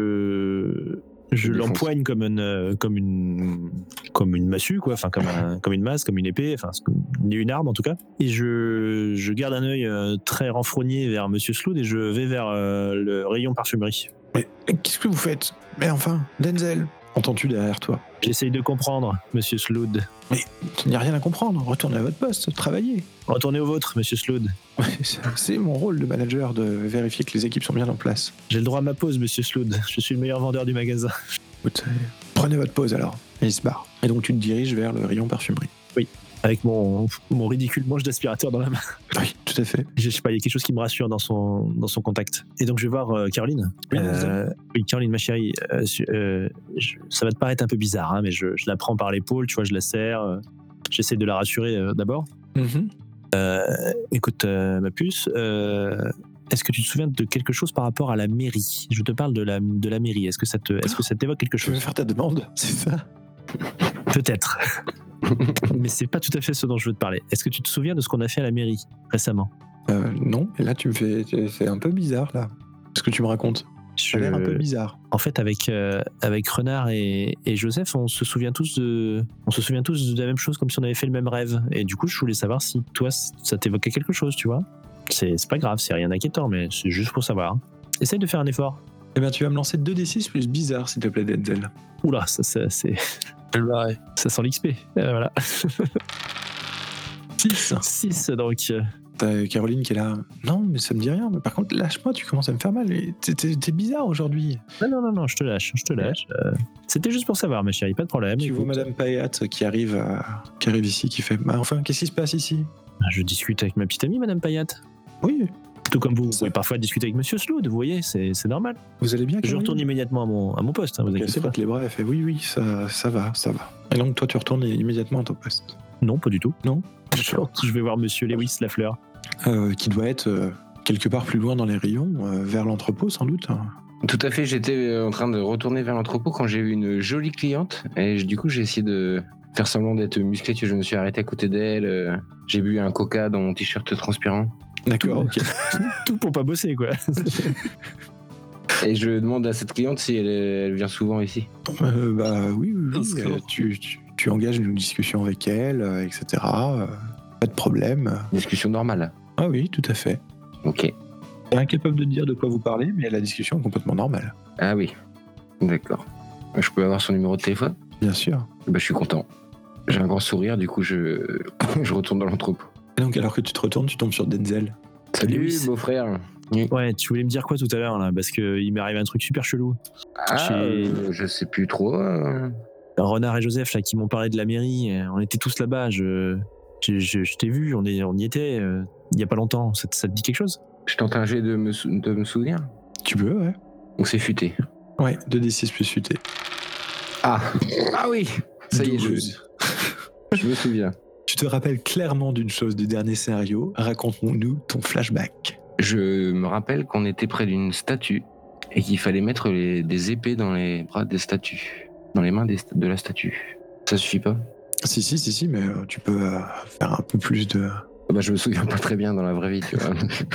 je... Je Défonce. l'empoigne comme une, euh, comme une, comme une massue, quoi. Enfin, comme, un- comme une masse, comme une épée, enfin, c'est comme une arme en tout cas. Et je, je garde un œil euh, très renfrogné vers Monsieur Sloud et je vais vers euh, le rayon parfumerie. Mais qu'est-ce que vous faites? Mais enfin, Denzel, entends-tu derrière toi? J'essaye de comprendre, Monsieur Sloud. Il n'y a rien à comprendre. Retournez à votre poste, travaillez. Retournez au vôtre, Monsieur Sloud. C'est- C'est mon rôle de manager de vérifier que les équipes sont bien en place. J'ai le droit à ma pause, Monsieur Sloud. Je suis le meilleur vendeur du magasin. Écoute, euh, prenez votre pause alors. Et il se barre. Et donc tu te diriges vers le rayon parfumerie. Avec mon, mon ridicule manche d'aspirateur dans la main. Oui, tout à fait. Je sais pas, il y a quelque chose qui me rassure dans son, dans son contact. Et donc je vais voir euh, Caroline. Oui, Euh, oui, Caroline, ma chérie, euh, su- euh, je- ça va te paraître un peu bizarre, hein, mais je, je la prends par l'épaule, tu vois, je la serre. euh, J'essaie de la rassurer euh, d'abord. Mhm. Écoute, euh, ma puce, euh, est-ce que tu te souviens de quelque chose par rapport à la mairie? Je te parle de la, de la mairie. Est-ce que ça te, est-ce que ça t'évoque quelque Tu veux chose? faire ta demande, c'est ça? Peut-être. Mais c'est pas tout à fait ce dont je veux te parler. Est-ce que tu te souviens de ce qu'on a fait à la mairie récemment? euh, Non, et là tu me fais... C'est un peu bizarre là. Ce que tu me racontes. Ça a l'air un peu bizarre. En fait, avec, euh, avec Renard et, et Joseph, on se souvient tous de, on se souvient tous de la même chose, comme si on avait fait le même rêve. Et du coup, je voulais savoir si toi, ça t'évoquait quelque chose, tu vois. C'est, c'est pas grave, c'est rien d'inquiétant, mais c'est juste pour savoir. Essaye de faire un effort. Eh bien, tu vas me lancer deux d six plus bizarre, s'il te plaît, Denzel. Oula, ça, ça, c'est... ça sent l'X P. Euh, voilà. six. six, donc... euh, T'as Caroline qui est là. Non, mais ça me dit rien. Mais par contre, lâche-moi, tu commences à me faire mal. Et T'es, t'es- t'es bizarre aujourd'hui. Non, non, non, non, je te lâche, je te lâche. Euh, C'était juste pour savoir, ma chérie, pas de problème. Tu vois Écoute, Madame Payat qui arrive, à- qui arrive ici, qui fait bah, enfin, qu'est-ce qui se passe ici? je discute avec ma petite amie, Madame Payat. Oui, Tout comme vous. Vous Ça- pouvez parfois discuter avec Monsieur Slood, vous voyez, c'est, c'est normal. vous allez bien, Je Caroline? retourne immédiatement à mon, à mon poste, hein, vous Ok, inquiétez c'est pas. pas que les bras, elle fait oui, oui, ça, ça va, ça va. Et donc, toi, tu retournes immédiatement à ton poste. Non, pas du tout. Non. Je vais voir Monsieur Lewis Lafleur. Euh, qui doit être euh, quelque part plus loin dans les rayons, euh, vers l'entrepôt, sans doute. Tout à fait, j'étais en train de retourner vers l'entrepôt quand j'ai eu une jolie cliente et j- du coup j'ai essayé de faire semblant d'être musclé, je me suis arrêté à côté d'elle, euh, j'ai bu un coca dans mon t-shirt transpirant D'accord, ok. Tout pour pas bosser, quoi. et je demande à cette cliente si elle, elle vient souvent ici. Euh, bah oui, oui, oui. Au secours. euh, tu, tu, tu engages une discussion avec elle, euh, et cetera. euh, pas de problème. Discussion normale. Ah oui, tout à fait. Ok. Elle est incapable de dire de quoi vous parlez, mais la discussion est complètement normale. Ah oui, d'accord. Je peux avoir son numéro de téléphone? Bien sûr. Bah, je suis content. J'ai un grand sourire, du coup je, je retourne dans l'entrepôt. Et donc, alors que tu te retournes, tu tombes sur Denzel. Salut, Lewis. beau-frère. Ouais, tu voulais me dire quoi tout à l'heure, là? Parce qu'il m'est arrivé un truc super chelou. Ah, J'ai- euh, je sais plus trop. euh. Renard et Joseph, là, qui m'ont parlé de la mairie, euh, on était tous là-bas, je, je, je, je t'ai vu, on, est, on y était, euh, il y a pas longtemps. Ça, te- ça te dit quelque chose? Je tente un jet de me, sou- de me souvenir. Tu peux, ouais. On s'est futé. Ouais, deux d six plus futé. Ah, ah oui, ça y est, je, douze. je me souviens. Tu te rappelles clairement d'une chose du dernier scénario. Raconte-nous ton flashback. Je me rappelle qu'on était près d'une statue et qu'il fallait mettre les- des épées dans les bras des statues, dans les mains des sta- de la statue. Ça suffit pas? Si, si, si, si, mais euh, tu peux euh, faire un peu plus de... Ah bah, je me souviens pas très bien dans la vraie vie, tu vois.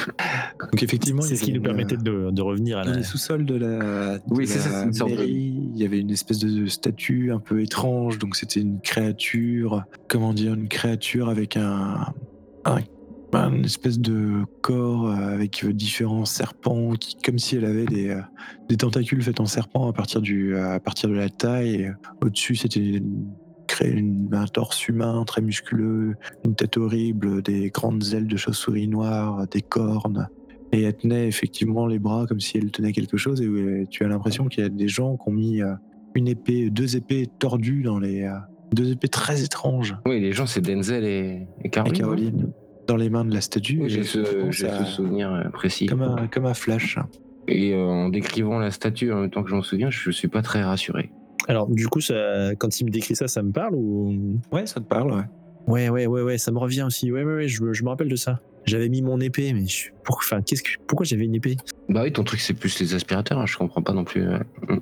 Donc effectivement, il C'est y ce qui avait nous une, permettait de, de revenir à Dans la... les sous-sols de la, de Oui, c'est la ça, c'est une sorte de- mairie, il y avait une espèce de statue un peu étrange. Donc c'était une créature, comment dire, une créature avec un, un, un espèce de corps avec différents serpents, qui, comme si elle avait des, euh, des tentacules faits en serpent à partir du, à partir de la taille. Et au-dessus, c'était une, cré- une- un torse humain très musculeux, une tête horrible, des grandes ailes de chauve-souris noires, des cornes. Et elle tenait effectivement les bras comme si elle tenait quelque chose. Et euh, tu as l'impression qu'il y a des gens qui ont mis euh, une épée, deux épées tordues dans les. euh, deux épées très étranges. Oui, les gens, c'est Denzel et, et Caroline. Et Caroline, dans les mains de la statue. Oui, Et j'ai ce, franchement, j'ai ça- ce souvenir euh, précis. comme, un, comme un flash. Et euh, en décrivant la statue en même temps que je m'en souviens, je suis pas très rassuré. Alors, du coup, ça, quand il me décrit ça, ça me parle ou... Ouais, ça te parle, ouais. Ouais, ouais, ouais, ouais, ça me revient aussi. Ouais, ouais, ouais, je, me- je me rappelle de ça. J'avais mis mon épée, mais je, pour, enfin, qu'est-ce que, pourquoi j'avais une épée? Bah oui, ton truc, c'est plus les aspirateurs, hein, je comprends pas non plus. euh.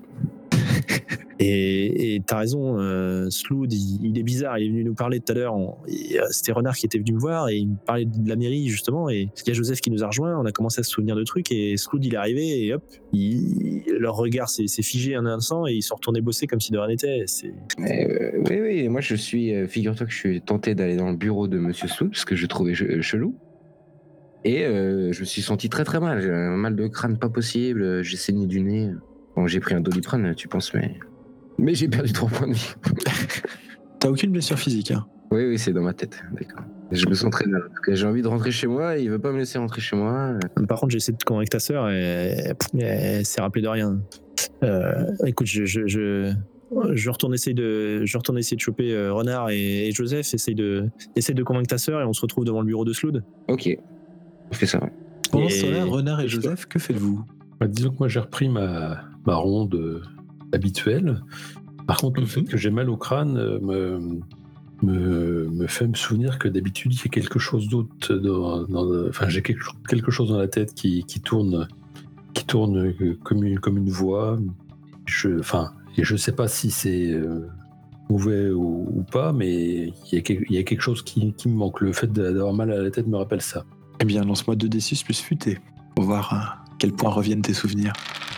Et et t'as raison, euh, Slood, il, il est bizarre. Il est venu nous parler tout à l'heure. on- et, euh, C'était Renard qui était venu me voir et il me parlait de la mairie justement. Et il y a Joseph qui nous a rejoints. On a commencé à se souvenir de trucs et Slood il est arrivé et hop, il- leur regard s'est s'est figé un instant et ils sont retournés bosser comme si de rien n'était. C'est Mais, euh, oui, oui, moi je suis, euh, figure-toi que je suis tenté d'aller dans le bureau de Monsieur Sloot parce que je trouvais che- chelou. Et euh, je me suis senti très très mal. J'ai un mal de crâne pas possible. J'ai saigné du nez. Bon, j'ai pris un Doliprane, tu penses, mais. Mais j'ai perdu trois points de vie. T'as aucune blessure physique, hein. Oui, oui, c'est dans ma tête. D'accord. Je me sens très mal. En tout cas, j'ai envie de rentrer chez moi. Il veut pas me laisser rentrer chez moi. Par contre, j'ai essayé de convaincre ta sœur et pff, elle s'est rappelée de rien. Euh, écoute, je, je, je, je retourne essayer de, je retourne essayer de choper euh, Renard et, et Joseph. Essaye de, essaye de convaincre ta sœur et on se retrouve devant le bureau de Slood. Ok. On fait ça. Pendant Et- ce temps-là, Renard et et je- Joseph, que faites-vous? Bah, disons que moi j'ai repris ma, ma ronde euh, habituelle. Par contre, le Mhm. fait que j'ai mal au crâne euh, me, me, me fait me souvenir que d'habitude il y a quelque chose d'autre. Dans, dans- enfin, j'ai quelque, quelque chose dans la tête qui, qui tourne, qui tourne euh, comme une, comme une voix. Je, enfin, et je sais pas si c'est euh, mauvais ou, ou pas, mais il y, a quelque- il y a quelque chose qui, qui me manque. Le fait d'avoir mal à la tête me rappelle ça. Eh bien, lance-moi deux d six plus futé pour voir à quel point reviennent tes souvenirs.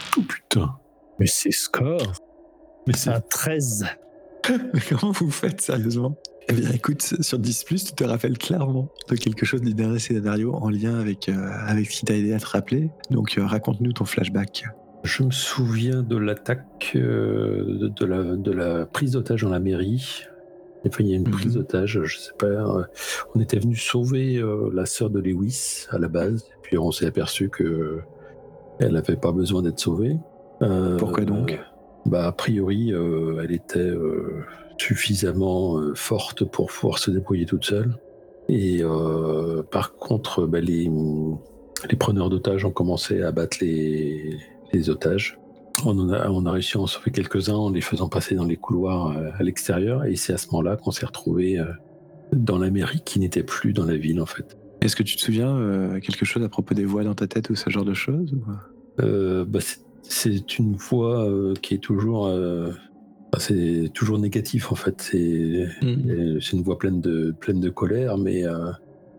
Oh putain. Mais c'est score. Mais C'est un treize. Mais comment vous faites sérieusement? Eh bien écoute, sur dix plus, tu te rappelles clairement de quelque chose du dernier scénario en lien avec, euh, avec ce qui t'a aidé à te rappeler. Donc euh, raconte-nous ton flashback. Je me souviens de l'attaque, euh, de, de la, de la prise d'otage dans la mairie. Enfin, il y a une Mhm. prise d'otage, je sais pas. euh, on était venu sauver euh, la sœur de Lewis à la base, et puis on s'est aperçu que elle n'avait pas besoin d'être sauvée. Euh, Pourquoi donc? euh, Bah, a priori, euh, elle était euh, suffisamment euh, forte pour pouvoir se débrouiller toute seule. Et euh, par contre, bah, les, les preneurs d'otages ont commencé à battre les, les otages. On, en a, on a réussi à en sauver quelques-uns en les faisant passer dans les couloirs euh, à l'extérieur. Et c'est à ce moment-là qu'on s'est retrouvé euh, dans la mairie qui n'était plus dans la ville, en fait. Est-ce que tu te souviens euh, quelque chose à propos des voix dans ta tête ou ce genre de choses ou... Euh, bah, c'est, c'est une voix euh, qui est toujours... euh, bah, c'est toujours négatif, en fait. C'est, Mhm. c'est une voix pleine de, pleine de colère, mais... Euh,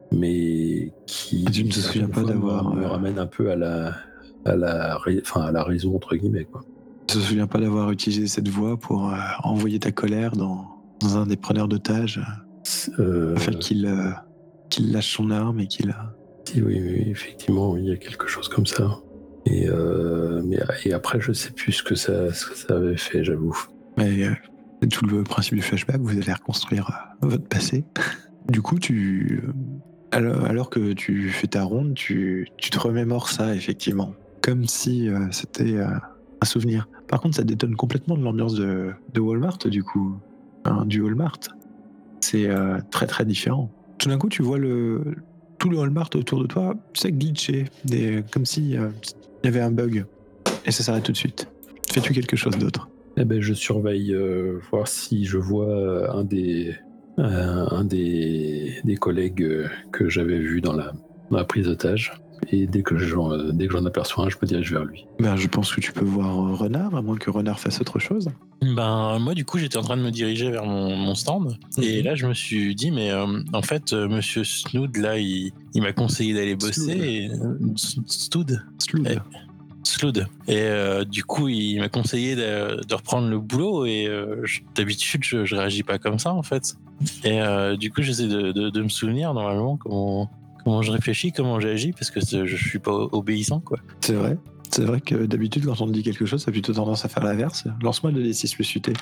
mais qui Tu ne te souviens pas fois, d'avoir, me, me euh, ramène un peu à la à la rai- enfin à la raison entre guillemets quoi. Tu te souviens pas d'avoir utilisé cette voix pour euh, envoyer ta colère dans, dans un des preneurs d'otages Euh, afin qu'il euh, qu'il lâche son arme et qu'il... si, oui, oui, effectivement oui, il y a quelque chose comme ça et euh, mais et après je sais plus ce que ça ce que ça avait fait, j'avoue. Mais euh, c'est tout le principe du flashback, vous allez reconstruire euh, votre passé. Du coup, tu, euh, alors, alors que tu fais ta ronde, tu, tu te remémores ça, effectivement. Comme si euh, c'était euh, un souvenir. Par contre, ça détonne complètement de l'ambiance de, de Walmart, du coup. Enfin, du Walmart. C'est euh, très, très différent. Tout d'un coup, tu vois le, tout le Walmart autour de toi, c'est glitché. Des, comme si euh, il y avait un bug. Et ça s'arrête tout de suite. Fais-tu quelque chose d'autre? Eh ben je surveille euh, voir si je vois euh, un des euh, un des, des collègues euh, que j'avais vu dans la, dans la prise d'otage. Et dès que j'en euh, dès que j'en aperçois un, je me dirige vers lui. Ben, je pense que tu peux voir euh, Renard, à moins que Renard fasse autre chose. Ben, moi, du coup, j'étais en train de me diriger vers mon, mon stand. Et Mhm. là, je me suis dit, mais euh, en fait, euh, monsieur Snood, là, il, il m'a conseillé d'aller bosser. Slood. Et, euh, Stood Slood. Eh. Slood. Et euh, du coup, il m'a conseillé de, de reprendre le boulot. Et euh, je- d'habitude, je, je réagis pas comme ça, en fait. Et euh, du coup, j'essaie de, de, de me souvenir, normalement, comment, comment je réfléchis, comment j'agis, parce que c'est- je suis pas obéissant, quoi. C'est vrai. C'est vrai que d'habitude, quand on te dit quelque chose, ça a plutôt tendance à faire l'inverse. Lance-moi deux D six plus U T.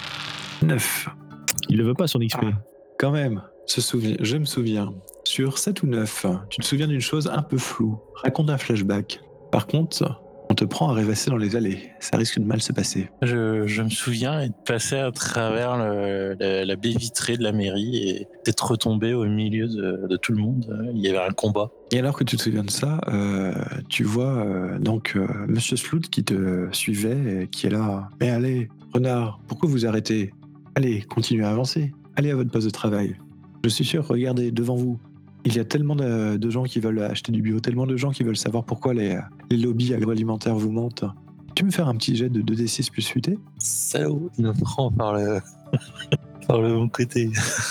neuf. Il le veut pas, son X P. Ah, quand même, se souvient, je me souviens. Sur sept ou neuf, tu te souviens d'une chose un peu floue. Raconte un flashback. Par contre, on te prend à rêvasser dans les allées. Ça risque de mal se passer. Je, je me souviens être passé à travers le- la, la baie vitrée de la mairie et d'être retombé au milieu de, de tout le monde. Il y avait un combat. Et alors que tu te souviens de ça, euh, tu vois euh, donc euh, Monsieur Sloot qui te suivait et qui est là. Mais allez, Renard, pourquoi vous arrêtez? Allez, continuez à avancer. Allez à votre poste de travail. Je suis sûr, regardez devant vous. Il y a tellement de, de gens qui veulent acheter du bio, tellement de gens qui veulent savoir pourquoi les, les lobbies agroalimentaires vous mentent. Tu peux me faire un petit jet de deux D six plus U T? Salaud, il me prend par le, par le bon côté.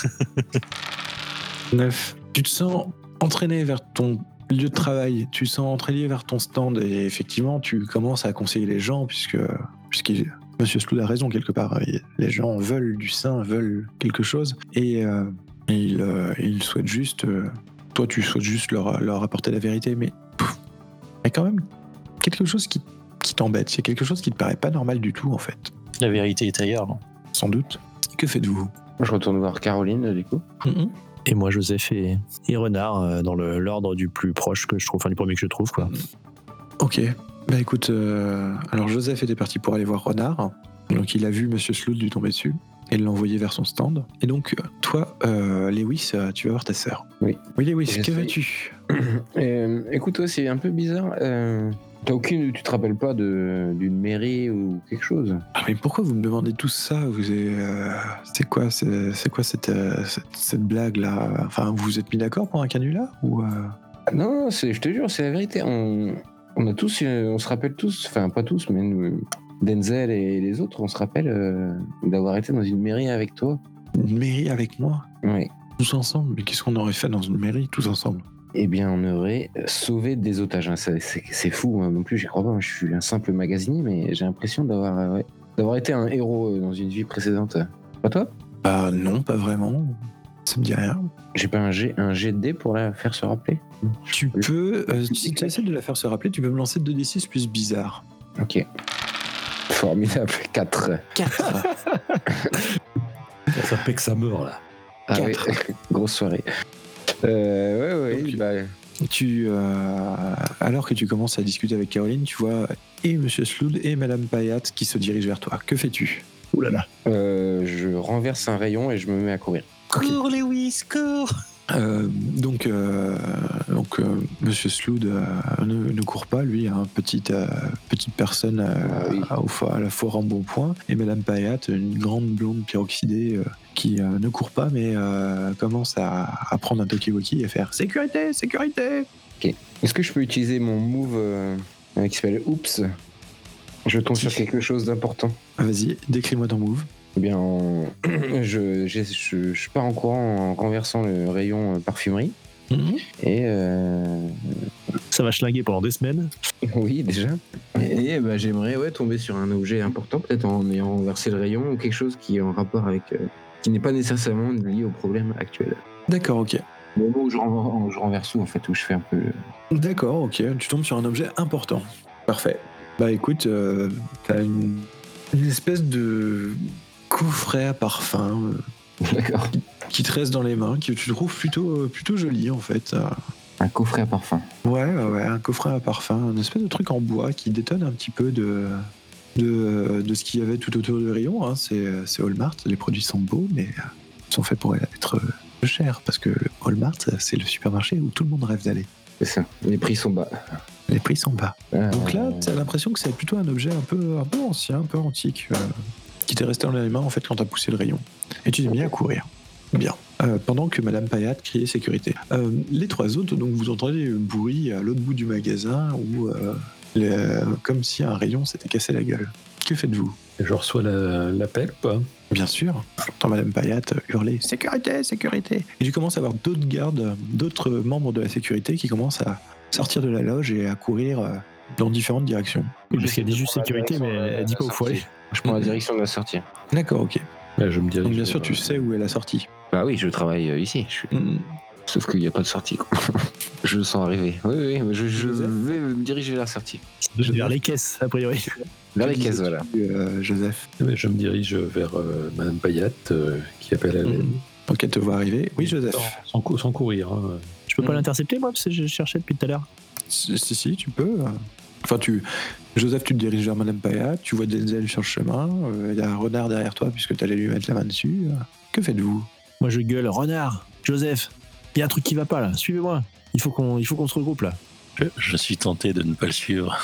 neuf. Tu te sens entraîné vers ton lieu de travail, tu te sens entraîné vers ton stand et effectivement tu commences à conseiller les gens puisque puisqu'il Monsieur Slood a raison quelque part. Les gens veulent du sain, veulent quelque chose et, euh, et ils, euh, ils souhaitent juste, euh, toi tu souhaites juste leur, leur apporter la vérité, mais pff, il y a quand même quelque chose qui, qui t'embête, il y a quelque chose qui te paraît pas normal du tout en fait, La vérité est ailleurs. Non sans doute. Que faites-vous? Je retourne voir Caroline, du coup. Mm-hmm. Et moi, Joseph et, et Renard, euh, dans le- l'ordre du plus proche que je trouve, enfin du premier que je trouve, quoi. Ok. Bah écoute, euh, alors Joseph était parti pour aller voir Renard. Donc il a vu Monsieur Slood lui tomber dessus et l'a envoyé vers son stand. Et donc toi, euh, Lewis, euh, tu vas voir ta sœur. Oui. Oui Lewis, que J'essaie. veux-tu? Euh, écoute, toi, c'est un peu bizarre. Euh, t'as aucune, tu te rappelles pas de, d'une mairie ou quelque chose? Ah mais pourquoi vous me demandez tout ça? Vous avez, euh, c'est quoi, c'est, c'est quoi cette, euh, cette, cette blague là? Enfin, vous vous êtes mis d'accord pour un canular ou euh... Non, non, c'est, je te jure, c'est la vérité. On, on a tous, euh, on se rappelle tous, enfin pas tous, mais nous, Denzel et les autres, on se rappelle euh, d'avoir été dans une mairie avec toi. une mairie avec moi? Oui. Tous ensemble? Mais qu'est-ce qu'on aurait fait dans une mairie tous ensemble? eh bien, on aurait sauvé des otages. Hein. C'est, c'est, c'est fou, hein. Non plus, j'y crois pas. Je suis un simple magasinier, mais j'ai l'impression d'avoir, euh, ouais, d'avoir été un héros dans une vie précédente. Pas toi ? Bah non, pas vraiment. Ça me dit rien. J'ai pas un jet, un jet de dés pour la faire se rappeler ? Tu peux, euh, si tu essaies de la faire se rappeler, tu peux me lancer deux d six plus bizarre. Ok. Formidable. quatre. quatre. Ça fait que ça meurt là. Ah oui, grosse soirée. Euh, ouais, ouais, Donc, bah, Tu, euh, alors que tu commences à discuter avec Caroline, tu vois et Monsieur Slood et Madame Payat qui se dirigent vers toi. Que fais-tu ? Ouh là là. euh, je renverse un rayon et je me mets à courir. Cours, Lewis, cours. Euh, donc, euh, donc euh, Monsieur Slood euh, ne, ne court pas, lui, hein, petite, euh, petite personne euh, Ah oui. à, au fo- à la fois en bon point, et Madame Payat, une grande blonde peroxydée euh, qui euh, ne court pas, mais euh, commence à, à prendre un talkie-walkie et faire sécurité, sécurité. Est-ce que je peux utiliser mon move euh, qui s'appelle Oups ? Je tombe sur quelque chose d'important. Vas-y, décris-moi ton move. Eh bien, en- je, j'ai- je, je pars en courant en renversant le rayon euh, parfumerie. Et euh, Ça va schlinguer pendant des semaines. oui, déjà. Et bah, j'aimerais ouais, tomber sur un objet important, peut-être en ayant renversé le rayon ou quelque chose qui est en rapport avec. Euh, qui n'est pas nécessairement lié au problème actuel. D'accord, ok. Au moment où je, renver- je renverse tout, en fait, où je fais un peu. D'accord, ok. Tu tombes sur un objet important. Parfait. Bah écoute, euh, t'as une, une espèce de coffret à parfum euh, D'accord. qui te reste dans les mains, que tu trouves plutôt, euh, plutôt joli en fait. Euh, Un coffret à parfum. Ouais, ouais, ouais, un coffret à parfum, une espèce de truc en bois qui détonne un petit peu de, de, de ce qu'il y avait tout autour du rayon. Hein. C'est, c'est Walmart, les produits sont beaux, mais euh, ils sont faits pour être euh, chers, parce que le Walmart, c'est le supermarché où tout le monde rêve d'aller. C'est ça. Les prix sont bas. Les prix sont bas. Euh, Donc là, t'as l'impression que c'est plutôt un objet un peu, un peu ancien, un peu antique, euh, qui t'est resté dans les mains en fait quand t'as poussé le rayon. Et tu t'es mis à courir. Bien. Euh, pendant que Madame Payat criait sécurité. Euh, les trois autres, donc vous entendez le bruit à l'autre bout du magasin, où, euh, le- comme si un rayon s'était cassé la gueule. Que faites-vous ? Et je reçois la- l'appel ou pas? Bien sûr, j'entends Madame Payat hurler « Sécurité, sécurité !» Et tu commences à voir d'autres gardes, d'autres membres de la sécurité qui commencent à sortir de la loge et à courir euh, dans différentes directions. Oui, parce qu'elle dit juste sécurité, mais elle dit pas où faut aller. Je prends la direction de la sortie. D'accord, ok. Là, je me dirige. Donc bien sûr, vers- tu sais où est la sortie. Bah oui, je travaille euh, ici. Je suis... Mm. Sauf qu'il n'y a pas de sortie. Quoi. Je le sens arriver. Oui, oui, mais je, je Joseph vais me diriger vers la sortie. Vers les caisses, a priori. Vers les Que caisses, disais-tu, voilà. euh, Joseph. Mais je me dirige vers euh, Madame Payat euh, qui appelle à l'aide. Mm. Donc elle te voit arriver. Oui, Joseph. Sans, sans cou- sans courir. Hein. Je peux pas Mm. l'intercepter, moi, parce que je cherchais depuis tout à l'heure. Si, si, si, tu peux. Enfin, tu... Joseph, tu te diriges vers Madame Payat, tu vois Denzel sur le chemin, il y a un renard derrière toi puisque tu allais lui mettre la main dessus. Que faites-vous ? Moi, je gueule, renard, Joseph, il y a un truc qui va pas là, suivez-moi. Il faut qu'on, il faut qu'on se regroupe là. Je, je suis tenté de ne pas le suivre.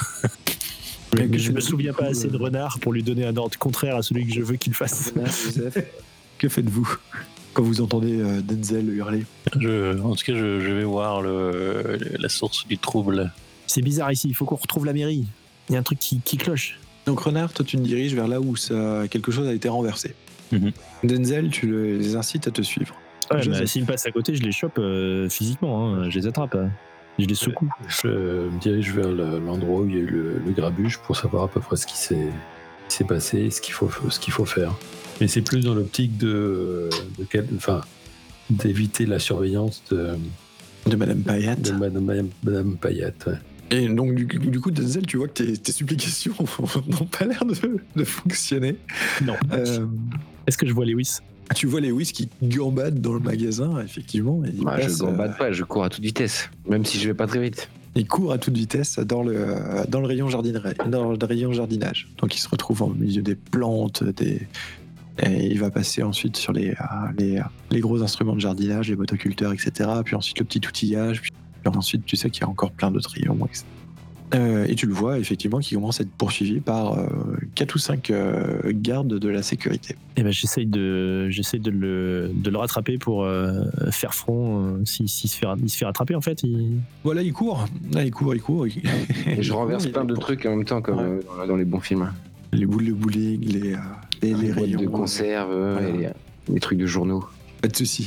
Mais Que je me faites-vous, souviens du pas coup, assez de euh, renard pour lui donner un ordre contraire à celui que je veux qu'il fasse. Renard, Joseph. Que faites-vous quand vous entendez euh, Denzel hurler ? Je, en tout cas, je, je vais voir le, le- la source du trouble. C'est bizarre ici, il faut qu'on retrouve la mairie. Il y a un truc qui, qui cloche. Donc Renard, toi tu te diriges vers là où ça, quelque chose a été renversé. Mhm. Denzel, tu le- les incites à te suivre. Ouais, Joseph. mais s'ils me passent à côté, je les chope euh, physiquement, hein, je les attrape. hein. Je les secoue. Je me dirige vers le- l'endroit où il y a eu le, le grabuge pour savoir à peu près ce qui s'est, qui s'est passé et ce qu'il faut, ce qu'il faut faire. Mais c'est plus dans l'optique de, de quel- enfin, d'éviter la surveillance de, De Madame Payat. de Madame, Madame, Madame Payat. Ouais. Et donc du, du coup, Denzel, tu vois que tes, tes supplications n'ont pas l'air de, de fonctionner. Non. Euh, Est-ce que je vois Lewis? tu vois Lewis qui gambade dans le magasin, effectivement. Et il, Bah, je passe, gambade euh, pas, je cours à toute vitesse. Même si je vais pas très vite. il court à toute vitesse dans le, dans le, rayon, jardinerie, dans le rayon jardinage. Donc il se retrouve au milieu des plantes, des... et il va passer ensuite sur les, euh, les, les gros instruments de jardinage, les motoculteurs, et cetera. Puis ensuite le petit outillage. Puis ensuite, tu sais qu'il y a encore plein d'autres rayons, et cetera. Euh, et tu le vois effectivement qui commence à être poursuivi par euh, quatre ou cinq euh, gardes de la sécurité. Eh ben, j'essaye de, j'essaye de le, de le rattraper pour euh, faire front. euh, S'il si, se fait, il se fait rattraper, en fait. Il... Voilà, il court. Là, il court, il court. il- Et je il renverse court, plein il- de trucs en même temps, comme Ouais. euh, dans, dans les bons films. Les boules de bowling, les, euh, les, les Les boîtes rayons. de conserve, Voilà. et les, les trucs de journaux. Pas de soucis.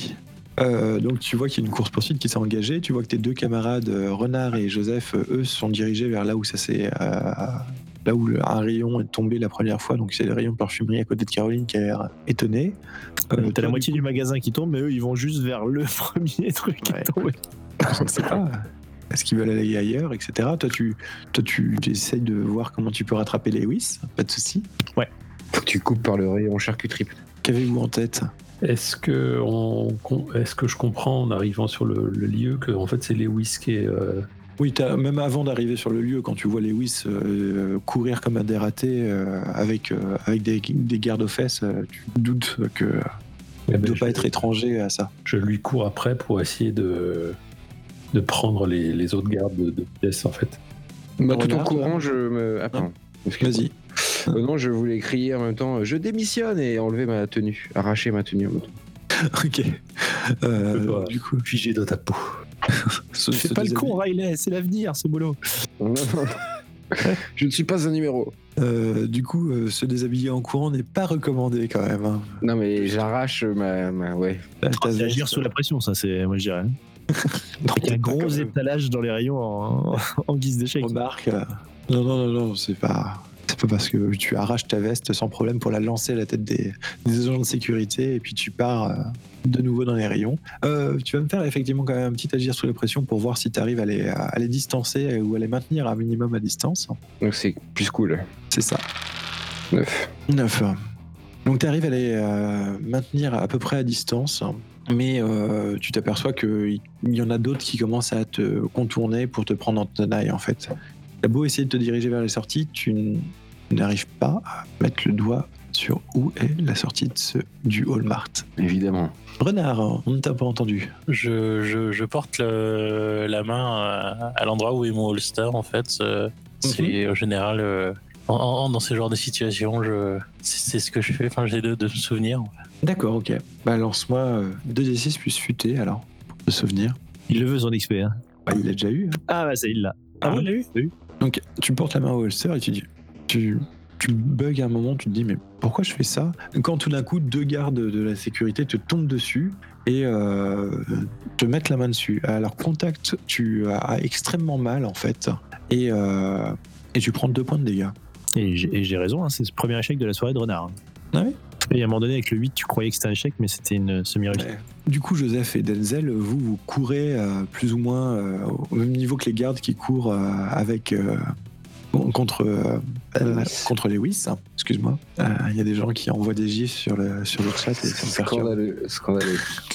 Euh, donc tu vois qu'il y a une course-poursuite qui s'est engagée, tu vois que tes deux camarades, euh, Renard et Joseph, euh, eux, se sont dirigés vers là où ça s'est... euh, là où un rayon est tombé la première fois, donc c'est le rayon de parfumerie à côté de Caroline qui a l'air étonnée. Euh, T'as toi, la moitié du du coup- magasin qui tombe, mais eux, ils vont juste vers le premier truc qui Ouais. est tombé. Je ne sais pas. Est-ce qu'ils veulent aller ailleurs, et cetera. Toi, tu, toi, tu, tu essayes de voir comment tu peux rattraper Lewis, pas de souci. Faut que tu coupes par le rayon charcuterie. Qu'avez-vous en tête? Est-ce que, on, est-ce que je comprends en arrivant sur le, le lieu que en fait c'est Lewis qui est. Euh... Oui, t'as- même avant d'arriver sur le lieu, quand tu vois Lewis euh, courir comme un dératé euh, avec, euh, avec des, des gardes aux fesses, euh, tu doutes que eh ne ben, doit je, pas être étranger à ça. je lui cours après pour essayer de, de prendre les, les autres gardes de, de pièces en fait. Bah, tout en Renard, courant, toi je me. Ah, pardon. Excuse-moi. Vas-y. Euh, non, je voulais crier en même temps, je démissionne et enlever ma tenue, arracher ma tenue en même temps. Ok. Euh, Je peux pas. du coup, Figé dans ta peau. ce, Fais ce pas le déshabille- con, Riley, c'est l'avenir, ce boulot. Non, non. Je ne suis pas un numéro. Euh, du coup, euh, se déshabiller en courant n'est pas recommandé quand même. Hein. Non, mais j'arrache ma, ma. Ouais. Ta- ta C'est agir veste, sous la pression, ça, c'est, moi je dirais. non, Il y a un pas gros quand même. étalage dans les rayons en, en guise d'échec. Remarque. euh, Non, non, non, non, c'est pas. C'est pas parce que tu arraches ta veste sans problème pour la lancer à la tête des, des agents de sécurité et puis tu pars euh, de nouveau dans les rayons. Euh, tu vas me faire effectivement quand même un petit agir sous la pression pour voir si tu arrives à les, à les distancer ou à les maintenir un minimum à distance. Donc c'est plus cool. C'est ça. Neuf. neuf. Donc tu arrives à les euh, maintenir à peu près à distance, mais euh, tu t'aperçois qu'il y en a d'autres qui commencent à te contourner pour te prendre en tenaille en fait. T'as beau essayer de te diriger vers les sorties, tu n- n'arrives pas à mettre le doigt sur où est la sortie de ce, du Walmart. Évidemment. Renard, on ne t'a pas entendu. Je, je, je porte le- la main à, à l'endroit où est mon holster en fait. Euh, C'est en général euh, en, en- dans ce genre de situation, je, c'est c'est ce que je fais. Enfin, j'ai de, de me souvenir. D'accord, ok. Bah lance-moi euh, deux d six plus futé alors, pour te souvenir. Il le veut, son X P. Hein. Bah, il l'a déjà eu. Hein. Ah, bah, c'est il là. Ah, il l'a eu Donc tu portes la main au holster et tu dis, tu, tu bugs à un moment, tu te dis mais pourquoi je fais ça? Quand tout d'un coup deux gardes de la sécurité te tombent dessus et euh, te mettent la main dessus. À leur contact, tu as extrêmement mal en fait et, euh, et tu prends deux points de dégâts. Et j'ai et j'ai raison, hein, c'est ce premier échec de la soirée de Renard. hein. Ah oui. Et à un moment donné, avec le huit, tu croyais que c'était un échec, mais c'était une semi-réussite. Ouais. Du coup, Joseph et Denzel, vous, vous courez euh, plus ou moins euh, au même niveau que les gardes qui courent euh, avec euh, contre euh, euh, Lewis. contre Lewis. hein. Excuse-moi. Euh, Il y a des gens qui envoient des gifs sur le sur le chat et ça me perturbe. Scandaleux. Scandaleux.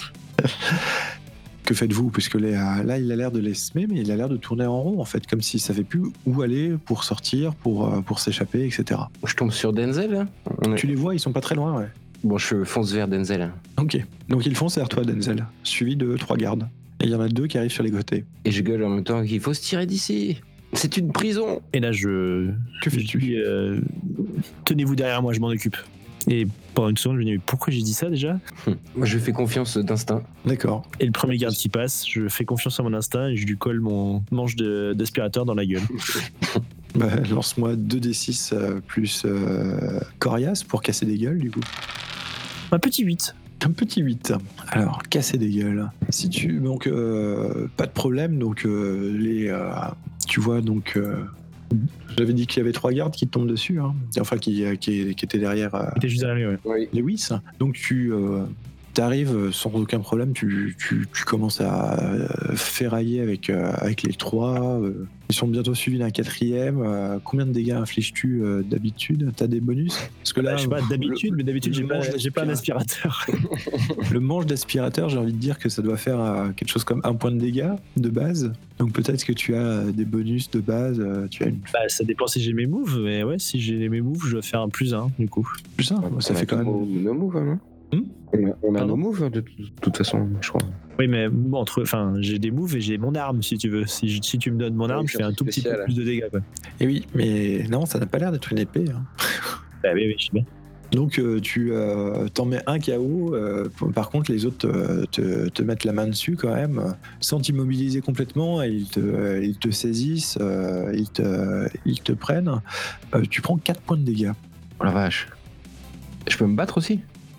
Que faites-vous? Puisque les, euh, là, il a l'air de les semer, mais il a l'air de tourner en rond en fait, comme s'il savait plus où aller pour sortir, pour euh, pour s'échapper, et cetera. Je tombe sur Denzel là On est- Tu les vois, ils sont pas très loin, ouais. Bon, je fonce vers Denzel. hein. Ok. Donc ils foncent vers toi, Denzel, suivi de trois gardes. Et il y en a deux qui arrivent sur les côtés. Et je gueule en même temps qu'il faut se tirer d'ici. C'est une prison. Et là, je. Que je fais-tu? dis, euh, tenez-vous derrière moi, je m'en occupe. Et pendant une seconde, je me dis, mais pourquoi j'ai dit ça déjà? Moi, je fais confiance d'instinct. D'accord. Et le premier garde qui passe, je fais confiance à mon instinct et je lui colle mon manche de- d'aspirateur dans la gueule. Bah, lance-moi deux d six euh, plus euh, coriace pour casser des gueules, du coup. Un petit huit. Un petit huit. Alors, casser des gueules. Si tu... Donc, euh, pas de problème. Donc, euh, les... euh, tu vois, donc... euh, j'avais dit qu'il y avait trois gardes qui te tombent dessus. Hein. Enfin, qui, qui, qui étaient derrière euh, T'es juste derrière lui, ouais. Oui. Lewis. Donc, tu... Euh, T'arrives sans aucun problème, tu, tu, tu commences à euh, ferrailler avec, euh, avec les trois. euh, ils sont bientôt suivis d'un quatrième. euh, combien de dégâts infliges-tu euh, d'habitude? T'as des bonus? Parce que là, Bah, je sais pas, d'habitude, mais d'habitude, le j'ai pas, manche j'ai pas un aspirateur. le manche d'aspirateur, j'ai envie de dire que ça doit faire euh, quelque chose comme un point de dégâts de base. Donc peut-être que tu as euh, des bonus de base. euh, tu as une Bah, ça dépend si j'ai mes moves, mais ouais, si j'ai mes moves, je vais faire un plus un, du coup. plus un. Ça fait quand même. Nos moves, hein, Hmm non On a, on a Pardon nos moves, hein, de, toute- de toute façon, je crois. Oui, mais bon, entre, enfin, j'ai des moves et j'ai mon arme, si tu veux. Si, je- si tu me donnes mon Oui, arme, je c'est fais un un truc tout petit peu spécial. plus de dégâts, quoi. Et oui, mais non, ça n'a pas l'air d'être une épée. hein. Bah oui, oui, je sais bien. Donc euh, tu euh, t'en mets un K O. euh, par contre, les autres euh, te, te mettent la main dessus quand même, euh, sans t'immobiliser complètement. Et ils te, euh, ils te saisissent, euh, ils, te, ils te prennent. Euh, tu prends quatre points de dégâts. Oh la vache. Je peux me battre aussi?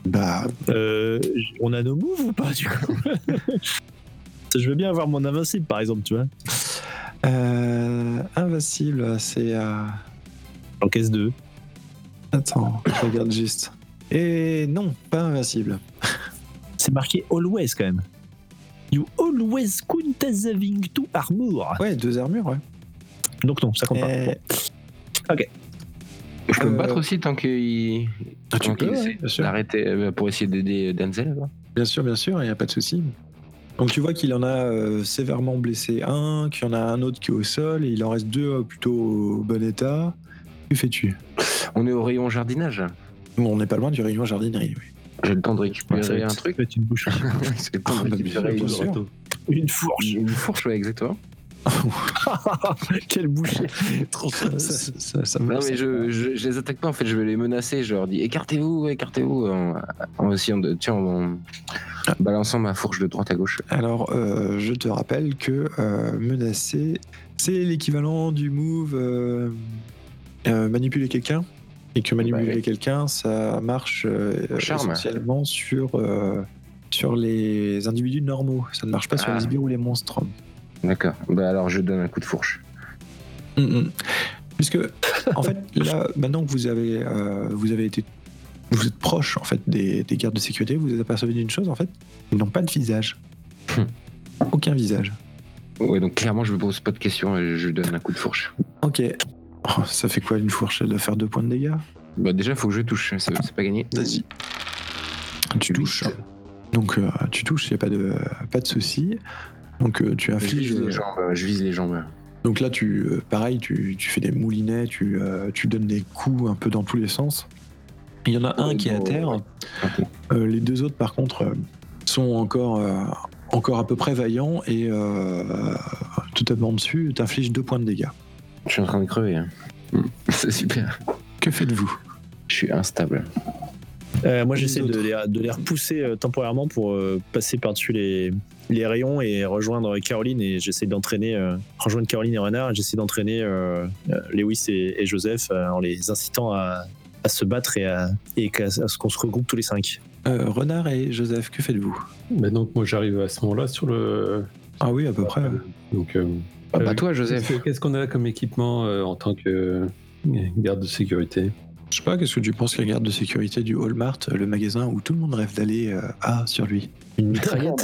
Bah, Euh, on a nos moves ou pas, du coup? Je veux bien avoir mon invincible, par exemple, tu vois. euh, invincible, c'est... euh, En caisse deux. Attends, je regarde juste. Et non, pas invincible. C'est marqué always, quand même. You always count as having two armor. Ouais, deux armures, ouais. Donc non, ça compte pas. Et- Bon. Je peux me Euh, battre aussi tant qu'il Ah, tu tant peux, qu'il ouais, essaie bien sûr. d'arrêter euh, pour essayer d'aider Denzel. Là. Bien sûr, bien sûr, il n'y a pas de souci. Donc tu vois qu'il en a euh, sévèrement blessé un, qu'il y en a un autre qui est au sol, et il en reste deux euh, plutôt au bon état. Que fais-tu? On est au rayon jardinage. Bon, on n'est pas loin du rayon jardinerie, oui. J'ai le temps de Ouais, récupérer ça va être- un truc. ça va être une bouche. C'est le temps Ah, de bah, récupérer bien une, sûr. Une fourche. une fourche, ouais, exactement. Quel boucher. Trop ça, ça, ça, ça me Non, ça- mais je, je, je les attaque pas, en fait, je vais les menacer. Je leur dis écartez-vous, écartez-vous, en, en essayant de. Tiens, en balançant ma fourche de droite à gauche. Alors, euh, je te rappelle que euh, menacer, c'est l'équivalent du move euh, euh, manipuler quelqu'un. Et que manipuler Bah, oui. quelqu'un, ça marche euh, Charme. essentiellement sur, euh, sur les individus normaux. Ça ne marche pas sur Ah. les sbires ou les monstres. D'accord. Bah alors, je donne un coup de fourche. Mm, mm. Puisque, en fait, là, maintenant que vous avez, euh, vous avez été. Vous êtes proche en fait des, des gardes de sécurité, vous vous apercevez d'une chose en fait, ils n'ont pas de visage. Hmm. Aucun visage. Ouais, donc clairement, je me pose pas de questions et je donne un coup de fourche. Ok. Oh, ça fait quoi une fourche? Elle doit faire deux points de dégâts. Bah déjà, faut que je touche, c'est c'est pas gagné. Vas-y. Tu touches. Donc euh, tu touches, il n'y a pas de, pas de souci. Donc euh, tu Je infliges. vise les jambes. euh, Je vise les jambes. Donc là, tu, euh, pareil, tu, tu fais des moulinets, tu, euh, tu donnes des coups un peu dans tous les sens. Il y en a un Ouais, qui est à bon, terre. ouais. Ok. Euh, les deux autres, par contre, euh, sont encore, euh, encore à peu près vaillants et euh, totalement dessus, t'infliges deux points de dégâts. Je suis en train de crever. Hein. C'est super. Que faites-vous? Je suis instable. Euh, moi, Les j'essaie de autres. les, de les repousser euh, temporairement pour euh, passer par-dessus les, les rayons et rejoindre Caroline. Et j'essaie d'entraîner, euh, rejoindre Caroline et Renard. Et j'essaie d'entraîner euh, euh, Lewis et, et Joseph euh, en les incitant à, à se battre et à, et qu'à- à ce qu'on se regroupe tous les cinq. Euh, Renard et Joseph, que faites-vous? Mais donc moi j'arrive à ce moment-là sur le. Ah oui, à peu près. Donc euh, Ah bah euh, toi, Joseph. qu'est-ce que- Qu'est-ce qu'on a comme équipement euh, en tant que garde de sécurité? Je sais pas, qu'est-ce que tu penses que la garde de sécurité du Walmart, le magasin où tout le monde rêve d'aller, euh, a sur lui? Une mitraillette.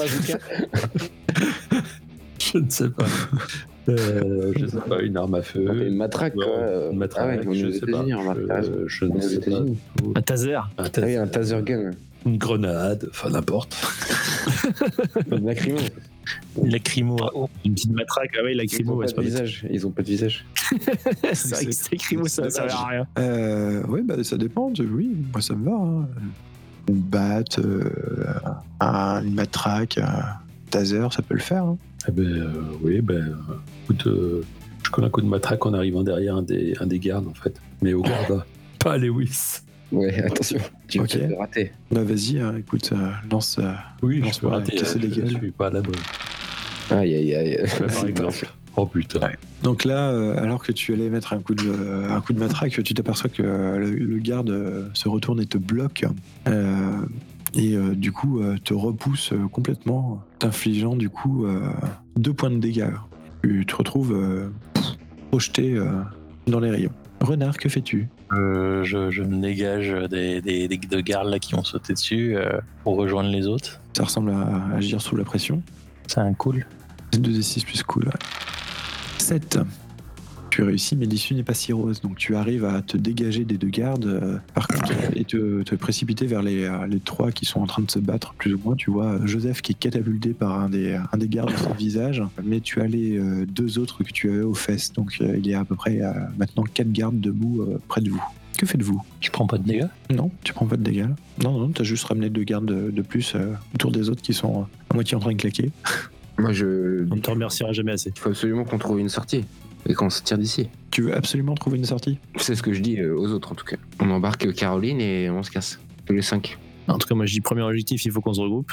Je ne sais pas. Euh, je sais pas, une arme à feu. Une matraque, Non, quoi. Une matraque, Ah ouais, on est je aux sais pas. États-Unis, remarque, t'as raison. Je, je On ne est aux sais pas. États-Unis. Un taser. Un Ah taser, oui, un taser gun. une grenade, enfin n'importe. Une lacrymo. Lacrymo à eau. Une petite matraque. Ah ouais, Ils lacrymo, ont ouais, pas c'est de pas bête. visage. Ils ont pas de visage. C'est vrai que c'est lacrymo, ça ne sert à rien. Euh, ouais, bah ça dépend. tu- Oui, moi ça me va. Hein. Une batte, euh, un- une matraque, un taser, ça peut le faire. Hein. Eh ben euh, oui, ben euh, écoute, euh, je colle un coup de matraque en arrivant derrière un des, un des gardes en fait. Mais au garde, pas à Lewis. Ouais, attention. Tu vas Ok. peut-être le rater. Bah vas-y, hein, écoute, euh, lance. euh, Oui, Non, je c'est peux pas rater. casser euh, des je gueules. suis pas à l'abri. Aïe, aïe, aïe. Par C'est exemple. Oh putain. Ouais. Donc là, euh, alors que tu allais mettre un coup de, euh, un coup de matraque, tu t'aperçois que euh, le, le garde euh, se retourne et te bloque. euh, et euh, du coup, euh, te repousse euh, complètement, t'infligeant du coup euh, deux points de dégâts. Tu te retrouves euh, pff, projeté euh, dans les rayons. Renard, que fais-tu? Euh, je, je me dégage des, des, des deux gardes là qui ont sauté dessus euh, pour rejoindre les autres. Ça ressemble à agir sous la pression. C'est un cool. deux d six plus cool. sept. Tu réussis, mais l'issue n'est pas si rose. Donc tu arrives à te dégager des deux gardes, euh, par contre, et te, te précipiter vers les, euh, les trois qui sont en train de se battre, plus ou moins. Tu vois Joseph qui est catapulté par un des, un des gardes dans son visage, mais tu as les euh, deux autres que tu avais aux fesses. Donc euh, il y a à peu près euh, maintenant quatre gardes debout euh, près de vous. Que faites-vous? Je prends pas de dégâts. Non, tu prends pas de dégâts. Non, non, t'as juste ramené deux gardes de, de plus euh, autour des autres qui sont euh, à moitié en train de claquer. Moi, je. On ne te remerciera jamais assez. Il faut absolument qu'on trouve une sortie. Et qu'on se tire d'ici. Tu veux absolument trouver une sortie? C'est ce que je dis euh, aux autres, en tout cas. On embarque Caroline et on se casse. Tous les cinq. En tout cas, moi, je dis premier objectif, il faut qu'on se regroupe.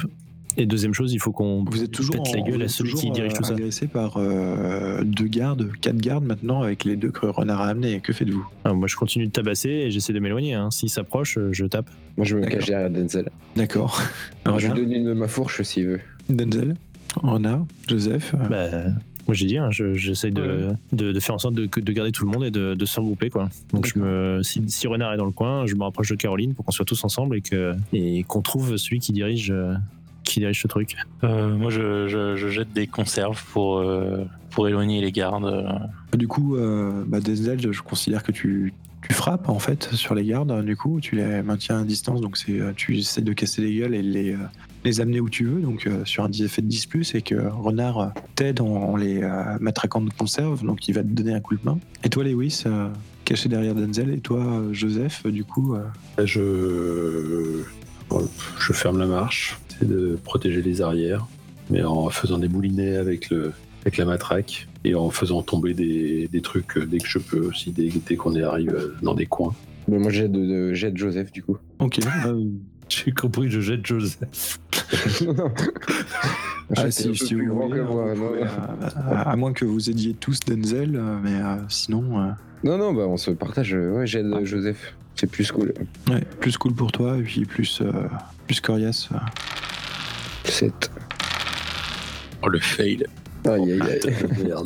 Et deuxième chose, il faut qu'on Vous êtes toujours, pète en, la gueule vous à êtes celui toujours qui dirige euh, tout ça. agressé par euh, deux gardes, quatre gardes maintenant, avec les deux que Renard a amenés. Que faites-vous? Ah, moi, je continue de tabasser et j'essaie de m'éloigner. Hein. S'il s'approche, euh, je tape. Moi, je me D'accord. cache derrière Denzel. D'accord. Je lui Renard, donne une de ma fourche s'il veut. Denzel, Renard, Joseph. euh, Bah, moi, j'ai dit, hein, je- j'essaie de, de, de faire en sorte de, de garder tout le monde et de, de se regrouper. Quoi. Donc, je me, si, si Renard est dans le coin, je me rapproche de Caroline pour qu'on soit tous ensemble et que et qu'on trouve celui qui dirige, euh, qui dirige ce truc. Euh, moi, je, je, je jette des conserves pour, euh, pour éloigner les gardes. euh. Du coup, euh, bah, Denzel, je considère que tu, tu frappes en fait sur les gardes. Du coup, tu les maintiens à distance. Donc, c'est, euh, tu essaies de casser les gueules et les, euh, les amener où tu veux. Donc, euh, sur un effet de dix plus, et que Renard euh, t'aide en, en les euh, matraquant de conserve. Donc, il va te donner un coup de main. Et toi, Lewis, euh, caché derrière Denzel. Et toi, euh, Joseph, du coup. euh, Je... je ferme la marche, c'est de protéger les arrières, mais en faisant des moulinets avec, le... avec la matraque et en faisant tomber des, des trucs dès que je peux aussi, dès, dès qu'on arrive dans des coins. Mais moi, jette, de, de, jette Joseph, du coup. Ok. euh, J'ai compris que je jette Joseph. Ah, Jette si, un peu si plus vous grand voulez, que moi, vous non. pouvez, euh, à, à moins que vous aidiez tous Denzel, euh, mais euh, sinon, euh, Non, non, bah on se partage. euh, Ouais, j'aide Ouais. Joseph. C'est plus cool. ouais, plus cool pour toi et puis plus, euh, plus coriace. euh. sept. Oh, le fail. Aïe, aïe, aïe. Merde.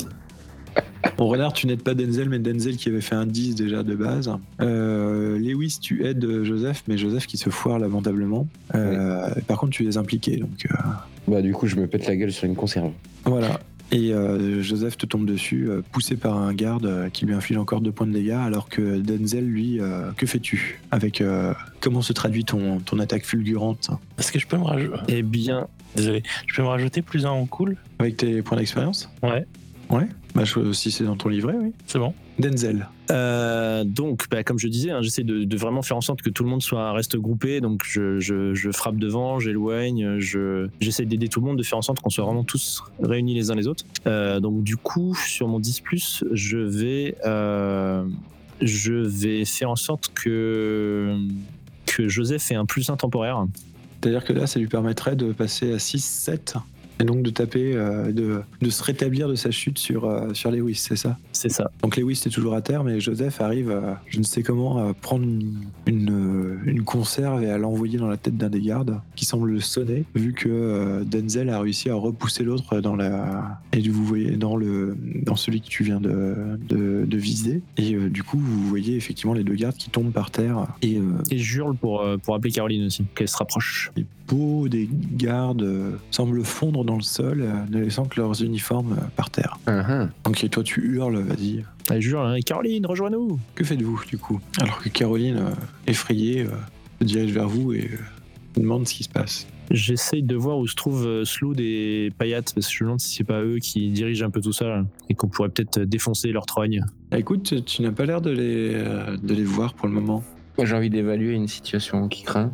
Bon, Renard, tu n'aides pas Denzel, mais Denzel qui avait fait un dix déjà de base. Euh, Lewis, tu aides Joseph, mais Joseph qui se foire lamentablement. Euh, Par contre, tu les impliqués, donc euh, Bah, du coup, je me pète la gueule sur une conserve. voilà. Et euh, Joseph te tombe dessus, euh, poussé par un garde euh, qui lui inflige encore deux points de dégâts, alors que Denzel, lui, euh, que fais-tu avec euh, comment se traduit ton, ton attaque fulgurante Est-ce que je peux me rajouter... Eh bien, Désolé. Je peux me rajouter plus un en cool? avec tes points d'expérience? Ouais, Ouais. Bah, je- si c'est dans ton livret, oui. c'est bon. Denzel. Euh, donc, bah, comme je disais, hein, j'essaie de, de vraiment faire en sorte que tout le monde soit reste groupé. Donc, je, je, je frappe devant, j'éloigne, je, j'essaie d'aider tout le monde, de faire en sorte qu'on soit vraiment tous réunis les uns les autres. Euh, donc, du coup, sur mon dix plus, je vais, euh, je vais faire en sorte que, que Joseph ait un plus un temporaire. C'est-à-dire que là, ça lui permettrait de passer à six sept et donc de taper, euh, de, de se rétablir de sa chute sur, euh, sur Lewis, c'est ça? C'est ça. Donc Lewis est toujours à terre, mais Joseph arrive, à, je ne sais comment, à prendre une, une, une conserve et à l'envoyer dans la tête d'un des gardes qui semble le sonner, vu que euh, Denzel a réussi à repousser l'autre dans la et vous voyez dans le dans celui que tu viens de, de, de viser. Et euh, du coup, vous voyez effectivement les deux gardes qui tombent par terre et euh, Et je hurle pour, euh, pour appeler Caroline aussi, qu'elle se rapproche. les peaux des gardes euh, semblent fondre dans le sol, euh, ne laissant que leurs uniformes euh, par terre. Uh-huh. Donc et toi tu hurles, vas-y. Elle je hurle, hein, Caroline, rejoins-nous. Que faites-vous du coup? Alors que Caroline, euh, effrayée, euh, se dirige vers vous et euh, vous demande ce qui se passe. J'essaye de voir où se trouvent euh, Slood et Payat, parce que je me demande si c'est pas eux qui dirigent un peu tout ça, là, et qu'on pourrait peut-être défoncer leur trogne. Ah, écoute, tu n'as pas l'air de les, euh, de les voir pour le moment. Moi, j'ai envie d'évaluer une situation qui craint.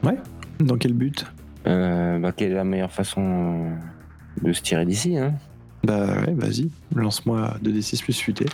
Dans quel but? Euh, bah, quelle est la meilleure façon euh, de se tirer d'ici, hein? Bah ouais, vas-y, lance-moi deux d six plus futé.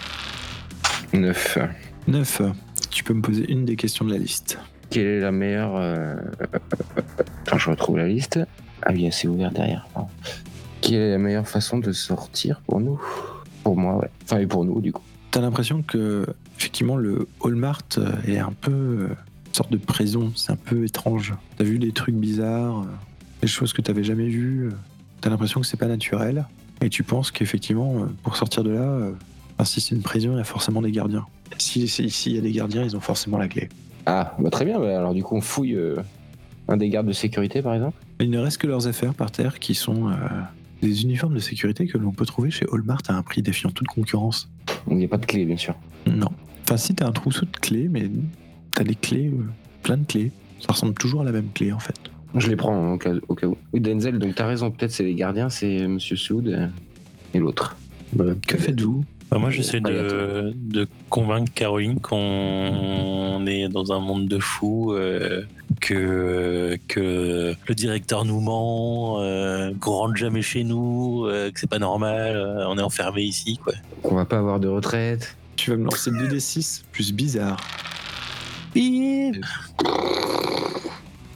neuf. neuf. Tu peux me poser une des questions de la liste. Quelle est la meilleure... Euh... Attends, je retrouve la liste. Ah oui, c'est ouvert derrière. Pardon. Quelle est la meilleure façon de sortir pour nous? Pour moi, ouais. Enfin, et pour nous, du coup. T'as l'impression que, effectivement, le Hallmart est un peu euh, une sorte de prison, c'est un peu étrange. T'as vu des trucs bizarres, euh, des choses que t'avais jamais vues. euh, T'as l'impression que c'est pas naturel. Et tu penses qu'effectivement, euh, pour sortir de là, euh, enfin, si c'est une prison, il y a forcément des gardiens. Si si- s'il y a des gardiens, ils ont forcément la clé. Ah, bah très bien. Bah, alors, du coup, on fouille euh, un des gardes de sécurité, par exemple. Il ne reste que leurs affaires par terre qui sont euh, des uniformes de sécurité que l'on peut trouver chez Hallmart à un prix défiant toute concurrence. Il n'y a pas de clé, bien sûr. Non. Enfin, si t'as un trousseau de clés, mais t'as des clés, euh, plein de clés. Ça ressemble toujours à la même clé en fait. Je les prends hein, au, cas, au cas où. Oui, Denzel, donc t'as raison. Peut-être c'est les gardiens, c'est Monsieur Soud euh, et l'autre. Voilà. Que faites-vous? Bah, moi, j'essaie Pas de, de convaincre Caroline qu'on est dans un monde de fous, euh, que, que le directeur nous ment, euh, qu'on rentre jamais chez nous, euh, que c'est pas normal, euh, on est enfermé ici, quoi. On va pas avoir de retraite. Tu vas me lancer deux d six plus bizarre.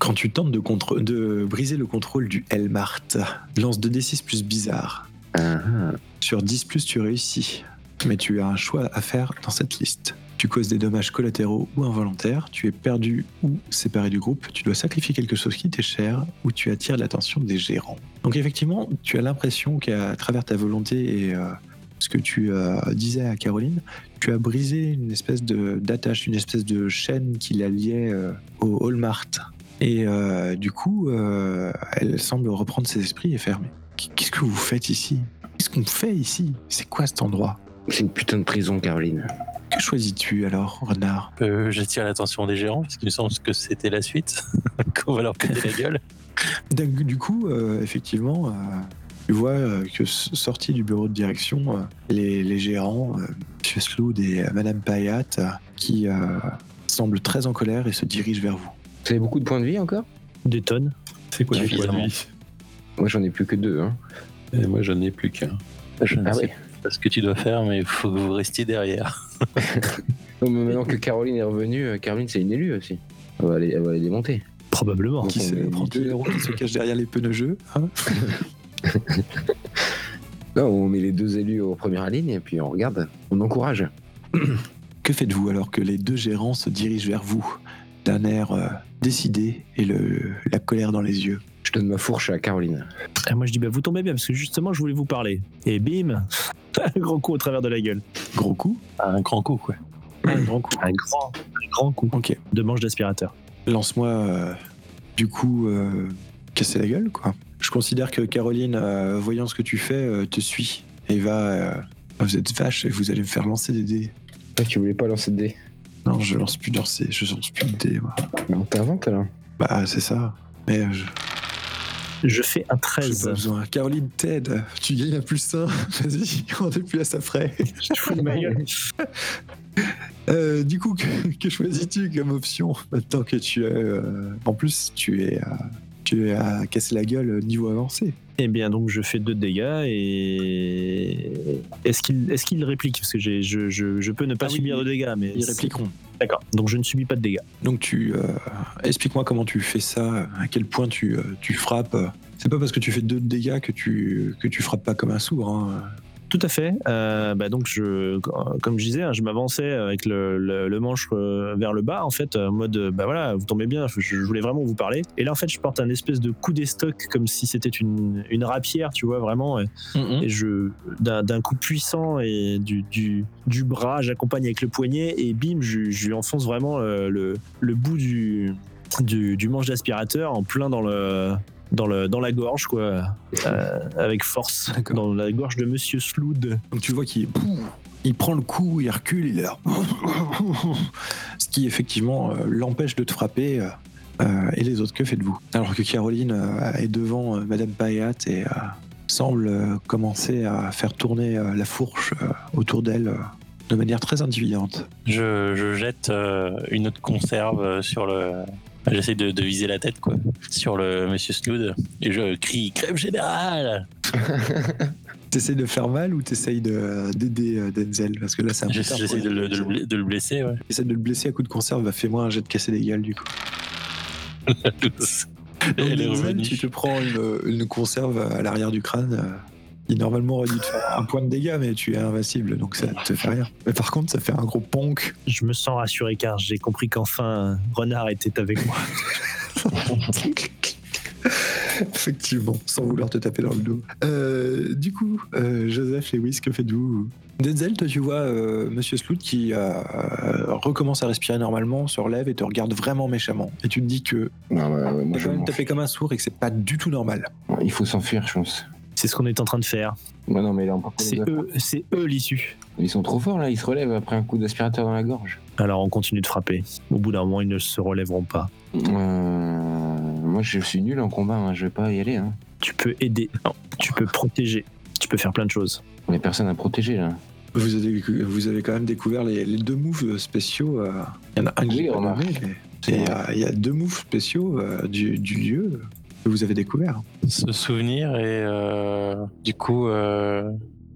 Quand tu tentes de, contre- de briser le contrôle du Elmart, lance deux d six plus bizarre. Ah, Sur dix plus, tu réussis. Mais tu as un choix à faire dans cette liste. Tu causes des dommages collatéraux ou involontaires, tu es perdu ou séparé du groupe, tu dois sacrifier quelque chose qui t'est cher ou tu attires l'attention des gérants. Donc effectivement, tu as l'impression qu'à travers ta volonté et euh, ce que tu euh, disais à Caroline, tu as brisé une espèce de, d'attache, une espèce de chaîne qui la liait euh, au Hallmart. Et euh, du coup, euh, elle semble reprendre ses esprits et faire « Mais qu'est-ce que vous faites ici ? Qu'est-ce qu'on fait ici ? C'est quoi cet endroit ?» c'est une putain de prison, Caroline. Que choisis-tu alors, renard ? Euh, J'attire l'attention des gérants parce qu'il me semble que c'était la suite. Qu'on va leur péter la gueule. Donc, du coup, euh, effectivement, euh, tu vois euh, que s- sortis du bureau de direction, euh, les, les gérants, euh, M. Sloud et euh, Madame Payat, euh, qui euh, semblent très en colère et se dirigent vers vous. Vous avez beaucoup de points de vie encore? Des tonnes. C'est quoi les points de Évidemment. vie? Moi, j'en ai plus que deux. Hein. Et moi, j'en ai plus qu'un. Je ne Ah sais ouais. pas ce que tu dois faire, mais il faut que vous restiez derrière. Donc, maintenant que Caroline est revenue, euh, Caroline, c'est une élue aussi. Elle va les, elle va les démonter. Probablement. Donc, Qui on c'est est le trente deux. euros qui se cache derrière les pneus jeux hein. Non, on met les deux élus aux premières lignes et puis on regarde, on encourage. Que faites-vous alors que les deux gérants se dirigent vers vous, d'un air euh, décidé et le, la colère dans les yeux? Je donne ma fourche à Caroline. Et moi je dis bah vous tombez bien parce que justement je voulais vous parler. Et bim, un grand coup au travers de la gueule. Gros coup? Un grand coup, quoi. Un grand coup. Un grand, un grand coup Ok. de manche d'aspirateur. Lance-moi, euh, du coup, euh, casser la gueule, quoi. Je considère que Caroline, euh, voyant ce que tu fais, euh, te suit et va... euh, vous êtes vache et vous allez me faire lancer des dés. Ah, tu voulais pas lancer de dés? Non, je lance plus de lancer, je lance plus de dés, moi. On t'invente alors. Bah, c'est ça. Mais euh, je Je fais un j'ai treize. pas besoin. Caroline t'aide. Tu gagnes un plus un. Vas-y, on n'est plus à sa frais. Je fous de ma gueule. Euh, du coup, que, que choisis-tu comme option maintenant que tu es... euh, en plus, tu es, à, tu es à casser la gueule niveau avancé. Eh bien donc je fais deux dégâts et est-ce qu'il est-ce qu'il réplique parce que j'ai je, je, je peux ne pas Ah oui, subir de dégâts mais Ils répliqueront. D'accord. Donc je ne subis pas de dégâts. Donc tu euh, explique-moi comment tu fais ça, à quel point tu, euh, tu frappes. C'est pas parce que tu fais deux dégâts que tu que tu frappes pas comme un sourd. Hein. Tout à fait. Euh, bah donc je, comme je disais, hein, je m'avançais avec le, le, le manche euh, vers le bas en fait, en mode euh, bah voilà, vous tombez bien. Je, je voulais vraiment vous parler. Et là en fait, je porte un espèce de coup d'estoc comme si c'était une, une rapière, tu vois vraiment. Et, et je d'un, d'un coup puissant et du, du, du bras, j'accompagne avec le poignet et bim, je, je lui enfonce vraiment euh, le, le bout du, du, du manche d'aspirateur en plein dans le dans le dans la gorge quoi, euh, avec force. D'accord. Dans la gorge de Monsieur Sloud. Donc tu vois qu'il il prend le coup, il recule, il est là. Ce qui effectivement euh, l'empêche de te frapper. euh, euh, et les autres, que faites-vous? Alors que Caroline euh, est devant euh, Madame Payat et euh, semble euh, commencer à faire tourner euh, la fourche euh, autour d'elle euh, de manière très intimidante. Je, je jette euh, une autre conserve euh, sur le. J'essaie de, de viser la tête, quoi, sur le Monsieur Sloud, et je crie crève générale. T'essayes de faire mal ou t'essayes de, d'aider euh, Denzel? Parce que là, c'est un peu J'essaie tard j'essaie pour de, le- de, le Denzel. bla- de le blesser, ouais. Essaie de le blesser à coup de conserve, bah fais-moi un jet de casser des gueules du coup. Donc, Elle est Denzel, revenue. tu te prends une, une conserve à l'arrière du crâne euh, qui normalement aurait dû te faire un point de dégâts, mais tu es invincible donc ça te fait rien. Mais par contre, ça fait un gros ponk. Je me sens rassuré car j'ai compris qu'enfin Renard était avec moi. Effectivement, sans vouloir te taper dans le dos. Euh, du coup, euh, Joseph, Lewis, que faites-vous? Denzel, toi tu vois euh, Monsieur Sloot qui euh, recommence à respirer normalement, se relève et te regarde vraiment méchamment. Et tu te dis que Non, ouais, ouais, moi t'as je quand même m'en tapé comme un sourd et que c'est pas du tout normal. fous. Il faut s'enfuir, je pense. C'est ce qu'on est en train de faire. Ouais, non, mais là, on peut pas C'est les faire. eux, c'est eux l'issue. Ils sont trop forts là, ils se relèvent après un coup d'aspirateur dans la gorge. Alors on continue de frapper. Au bout d'un moment, ils ne se relèveront pas. Euh, moi je suis nul en combat, hein. Je vais pas y aller. Hein. Tu peux aider, non, tu peux protéger, tu peux faire plein de choses. On a personne à protéger là. Vous avez, vous avez quand même découvert les, les deux moves spéciaux. euh, Il y en a un que Oui, j'ai pas remarque. nommé, mais C'est et, vrai. euh, il y a deux moves spéciaux euh, du, du lieu que vous avez découvert. Se souvenir et euh, du coup, euh,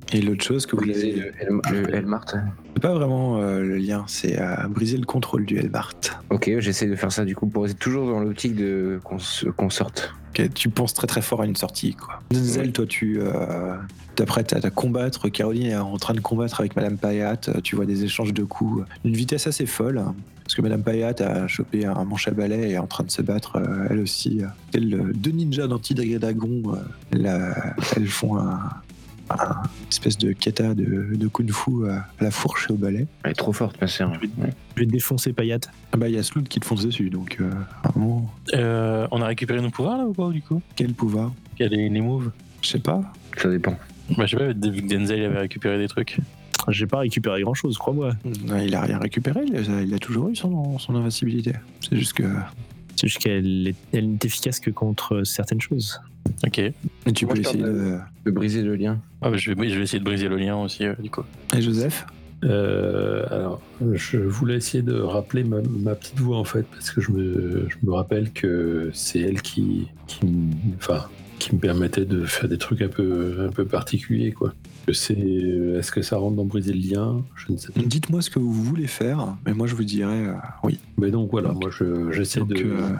Et l'autre chose que vous Briser avez... le, L- le L-Mart. C'est pas vraiment euh, le lien, c'est euh, briser le contrôle du L-Mart. Ok, j'essaie de faire ça du coup pour être toujours dans l'optique de qu'on, se- qu'on sorte. Ok, tu penses très très fort à une sortie, quoi. Denzel, Oui. toi, tu euh, t'apprêtes à, à combattre. Caroline est en train de combattre avec Madame Payat. Tu vois des échanges de coups d'une vitesse assez folle. Hein, parce que Madame Payat a chopé un manche à balai et est en train de se battre, euh, elle aussi. Euh, elles, euh, deux ninjas d'anti-dragon, euh, la- elles font un, un espèce de kata de, de kung-fu à la fourche et au balai. Elle est trop forte, ma sœur. Ouais. Je vais défoncer Payat. Ah bah, il y a Sloot qui te fonce dessus, donc euh, à un moment, Euh, on a récupéré nos pouvoirs là ou pas du coup? quel pouvoir? Quels les, les moves? Je sais pas. Ça dépend. Bah je sais pas, vu que Denzel avait récupéré des trucs. J'ai pas récupéré grand chose, crois-moi. Non, il a rien récupéré, il a, il a toujours eu son, son invincibilité. C'est juste que. C'est juste qu'elle est, elle n'est efficace que contre certaines choses. Ok. Et tu Moi, peux je essayer parle de. De briser le lien. Ah bah, je, vais, je vais essayer de briser le lien aussi euh, du coup. Et Joseph? Euh, alors, je voulais essayer de rappeler ma, ma petite voix en fait, parce que je me, je me rappelle que c'est elle qui, qui, me- enfin, qui me permettait de faire des trucs un peu, un peu particuliers, quoi. Que c'est, est-ce que ça rentre dans briser le lien? Je ne sais pas. Dites-moi ce que vous voulez faire, mais moi je vous dirais euh, oui. Mais donc voilà, Donc- moi je, j'essaie Donc, de, euh,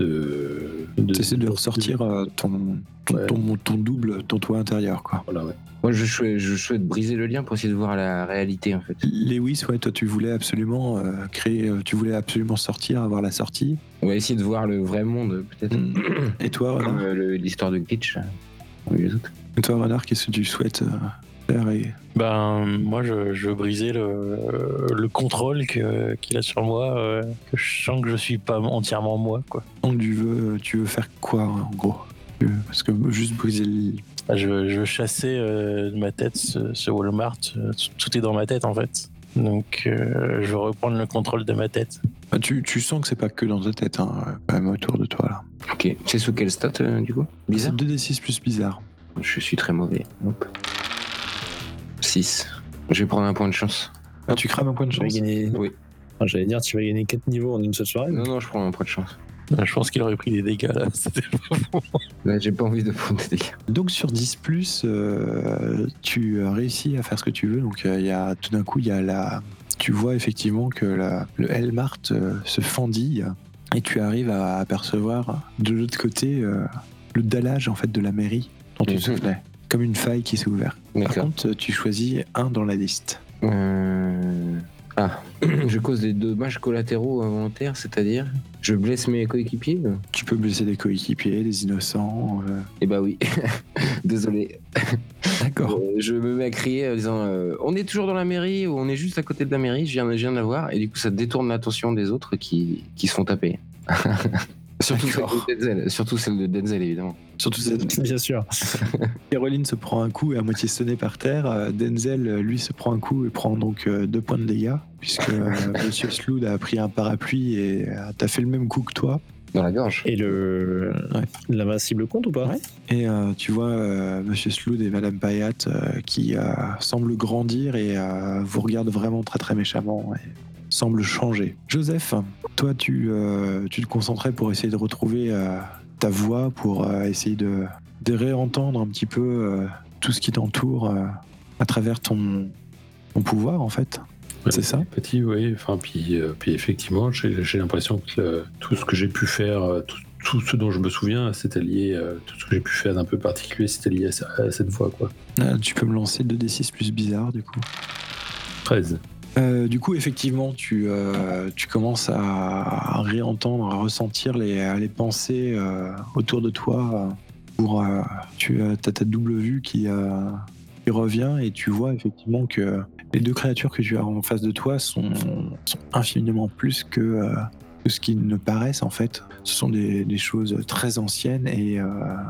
de, de, t'essaies de ressortir euh, ton, ton, Ouais. ton, ton double, ton toi intérieur, quoi. Voilà, ouais. Moi, je souhaite, je souhaite briser le lien pour essayer de voir la réalité, en fait. Lewis, ouais, toi tu voulais absolument euh, créer, euh, tu voulais absolument sortir, avoir la sortie. On va essayer de voir le vrai monde, peut-être. Mm. Et toi, Comme Renard, euh, le- l'histoire de Glitch. euh, oui, les autres. Et toi, Renard, qu'est-ce que tu souhaites euh, faire et... Ben moi je, je veux briser le, le contrôle que, qu'il a sur moi, euh, que je sens que je suis pas entièrement moi quoi. Donc tu veux, tu veux faire quoi, en gros? Tu veux- Parce que juste briser le... Ben, je, veux, je veux chasser euh, de ma tête ce, ce Walmart, euh, tout, tout est dans ma tête en fait. Donc euh, je veux reprendre le contrôle de ma tête. Bah, tu, tu sens que c'est pas que dans ta tête, hein, quand même autour de toi là. Ok. C'est sous quel stat, euh, du coup? Bizarre. C'est deux D six plus bizarre. Je suis très mauvais. Hop. six. Je vais prendre un point de chance. Ah, tu crames un point de Tu vas chance. gagner. Oui. Enfin, j'allais dire, tu vas gagner quatre niveaux en une seule soirée. Non, non, je prends un point de chance. Ben, je pense qu'il aurait pris des dégâts là. C'était pas bon. Là, j'ai pas envie de prendre des dégâts. Donc sur dix plus, euh, tu as réussi à faire ce que tu veux. Donc euh, il y a tout d'un coup, il y a la, tu vois effectivement que la- le L-Mart euh, se fendille et tu arrives à apercevoir de l'autre côté euh, le dallage en fait de la mairie dont tu Mhm. soufflais, comme une faille qui s'est ouverte. Par D'accord. contre, tu choisis un dans la liste. Euh... Ah, je cause des dommages collatéraux involontaires, c'est-à-dire je blesse mes coéquipiers. Tu peux blesser des coéquipiers, des innocents. euh. Eh bah oui, désolé. D'accord. Euh, je me mets à crier en disant euh, on est toujours dans la mairie ou on est juste à côté de la mairie, je viens, je viens de la voir, et du coup ça détourne l'attention des autres qui, qui se font taper. Surtout celle D'accord. de Denzel, surtout celle de Denzel évidemment. Surtout cette... Bien sûr. Caroline se prend un coup et à moitié sonné par terre. Euh, Denzel, euh, lui, se prend un coup et prend donc euh, deux points de dégâts, puisque euh, Monsieur Slood a pris un parapluie et euh, t'as fait le même coup que toi. Dans la gorge. Et le. Ouais. L'invincible compte ou pas? Ouais. Et euh, tu vois euh, Monsieur Slood et Madame Payat euh, qui euh, semblent grandir et euh, vous regardent vraiment très très méchamment et semblent changer. Joseph, toi, tu, euh, tu te concentrais pour essayer de retrouver euh, ta voix, pour euh, essayer de, de réentendre un petit peu euh, tout ce qui t'entoure euh, à travers ton, ton pouvoir, en fait. C'est ça? Petit, oui. Enfin, puis, euh, puis effectivement, j'ai, j'ai l'impression que le- tout ce que j'ai pu faire, euh, tout, tout ce dont je me souviens, c'était lié, euh, tout ce que j'ai pu faire d'un peu particulier, c'était lié à, ça- à cette voix, quoi. Euh, tu peux me lancer deux D six plus bizarre, du coup. treize. Euh, du coup, effectivement, tu, euh, tu commences à, à réentendre, à ressentir les, les pensées euh, autour de toi. euh, Pour, euh, tu as ta double vue qui, euh, qui revient et tu vois effectivement que les deux créatures que tu as en face de toi sont, sont infiniment plus que, euh, que ce qu'ils ne paraissent en fait. Ce sont des, des choses très anciennes et euh,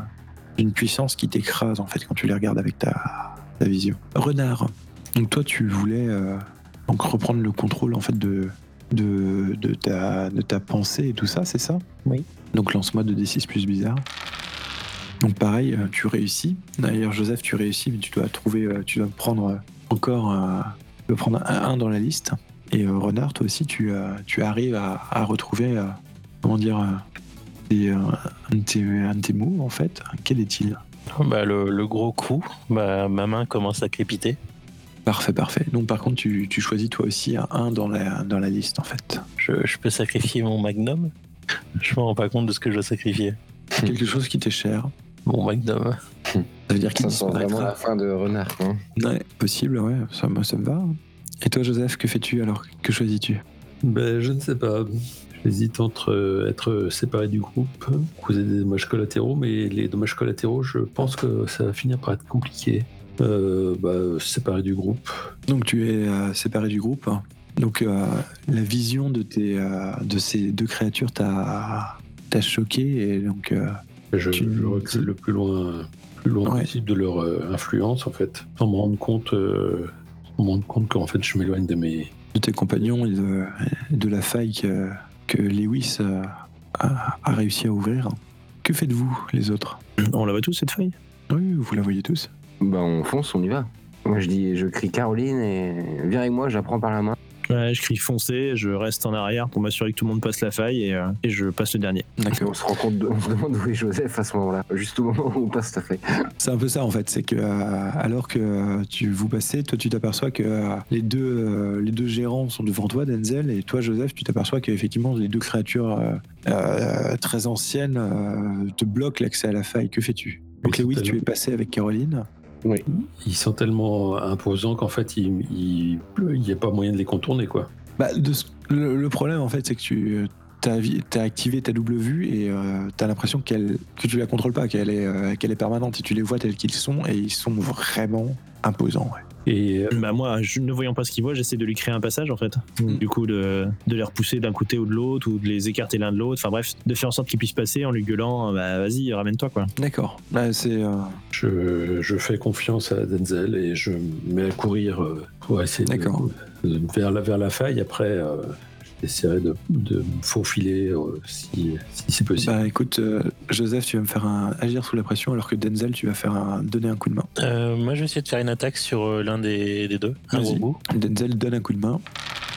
d'une puissance qui t'écrase en fait quand tu les regardes avec ta, ta vision. Renard, donc toi tu voulais euh, donc reprendre le contrôle en fait de, de, de, ta, de ta pensée et tout ça, c'est ça? Oui. Donc lance-moi deux D six plus bizarre. Donc pareil, euh, tu réussis. D'ailleurs, Joseph, tu réussis, mais tu dois trouver, euh, tu dois prendre euh, encore, euh, tu dois prendre un, un dans la liste. Et euh, Renard, toi aussi, tu, euh, tu arrives à, à retrouver, euh, comment dire, euh, des, euh, un, de tes, un de tes mots en fait. Quel est-il? Bah, le, le gros coup, bah, ma main commence à crépiter. Parfait, parfait. Donc par contre, tu, tu choisis toi aussi un un dans la, dans la liste en fait. Je, je peux sacrifier mon magnum. Je me rends pas compte de ce que je dois sacrifier. Quelque chose qui t'est cher. Mon magnum. Ça veut dire qu'il Ça sent vraiment la disparaîtra. fin de Renard, quoi. Ouais, possible, ouais, ça, me- ça me va. Et toi, Joseph, que fais-tu alors? Que choisis-tu? Ben, je ne sais pas. J'hésite entre euh, être séparé du groupe, causer des dommages collatéraux, mais les dommages collatéraux, je pense que ça va finir par être compliqué. Euh, bah, séparé du groupe. Donc tu es euh, séparé du groupe. Donc euh, la vision de, tes, euh, de ces deux créatures t'a, t'a choqué et donc euh, Je, Tu- je recule le plus loin, plus loin Ouais. possible de leur euh, influence, en fait, sans me rendre compte, euh, sans me rendre compte qu'en fait, je m'éloigne de mes... de tes compagnons et de, de la faille que, que Lewis euh, a, a réussi à ouvrir. Que faites-vous les autres? On la voit tous cette feuille? Oui, vous la voyez tous. Bah on fonce, on y va. Moi je dis, je crie Caroline et viens avec moi, je la prends par la main. Ouais, je crie foncer, je reste en arrière pour m'assurer que tout le monde passe la faille et, euh, et je passe le dernier. Et D'accord. on se rend compte, de- on se demande où est Joseph à ce moment-là, juste au moment où on passe tout à fait. C'est un peu ça en fait, c'est que euh, alors que euh, tu vous passez, toi tu t'aperçois que euh, les deux euh, les deux gérants sont devant toi, Denzel, et toi Joseph, tu t'aperçois qu'effectivement les deux créatures euh, euh, très anciennes euh, te bloquent l'accès à la faille. Que fais-tu? Donc Ils sont Lewis, tu tellement- es passé avec Caroline. Ils sont tellement imposants qu'en fait, il il- il n'y a pas moyen de les contourner, quoi. Bah, de ce- le, le problème en fait, c'est que tu as activé ta double vue et euh, tu as l'impression qu'elle que tu la contrôles pas, qu'elle est euh, qu'elle est permanente et tu les vois tels qu'ils sont et ils sont vraiment imposants. Ouais. Et euh, Bah moi, je, ne voyant pas ce qu'il voit, j'essaie de lui créer un passage en fait. Mm. Du coup, de, de les repousser d'un côté ou de l'autre, ou de les écarter l'un de l'autre. Enfin bref, de faire en sorte qu'ils puissent passer en lui gueulant, bah vas-y, ramène-toi quoi. D'accord. Bah, c'est euh, je, je fais confiance à Denzel et je me mets à courir euh, pour essayer de, D'accord. de- vers, la, vers la faille. Après, euh, j'essaierai de, de me faufiler euh, si, si c'est possible. Bah écoute, euh, Joseph, tu vas me faire un agir sous la pression, alors que Denzel, tu vas faire un donner un coup de main. Euh, moi, je vais essayer de faire une attaque sur euh, l'un des, des deux. Un Vas-y. gros bout. Denzel donne un coup de main.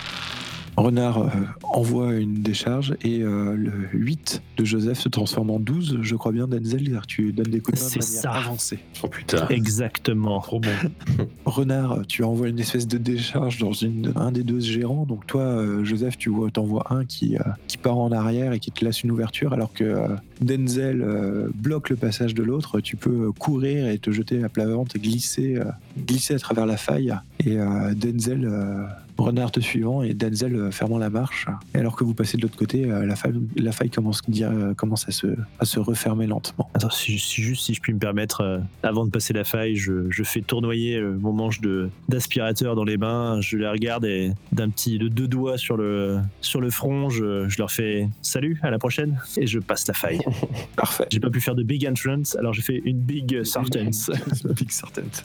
Renard euh, envoie une décharge et euh, le huit de Joseph se transforme en douze, je crois bien, Denzel, car tu donnes des coups de main de C'est manière ça. avancée. Oh putain. Exactement. Trop bon. Renard, tu envoies une espèce de décharge dans une, un des deux gérants. Donc toi, euh, Joseph, tu vois, t'envoies un qui, euh, qui part en arrière et qui te laisse une ouverture, alors que euh, Denzel euh, bloque le passage de l'autre. Tu peux euh, courir et te jeter à plat ventre et glisser, euh, glisser à travers la faille. Et euh, Denzel, euh, Renard te suivant et Denzel euh, fermant la marche. Et alors que vous passez de l'autre côté, euh, la faille, la faille commence, euh, commence à, se, à se refermer lentement. Attends, si, si juste si je puis me permettre, euh, avant de passer la faille, je, je fais tournoyer euh, mon manche de, d'aspirateur dans les mains, je les regarde et d'un petit de deux doigts sur le, sur le front, je, je leur fais salut, à la prochaine, et je passe la faille. Parfait. J'ai pas pu faire de big entrance, alors j'ai fait une big sentence. Big Sentence.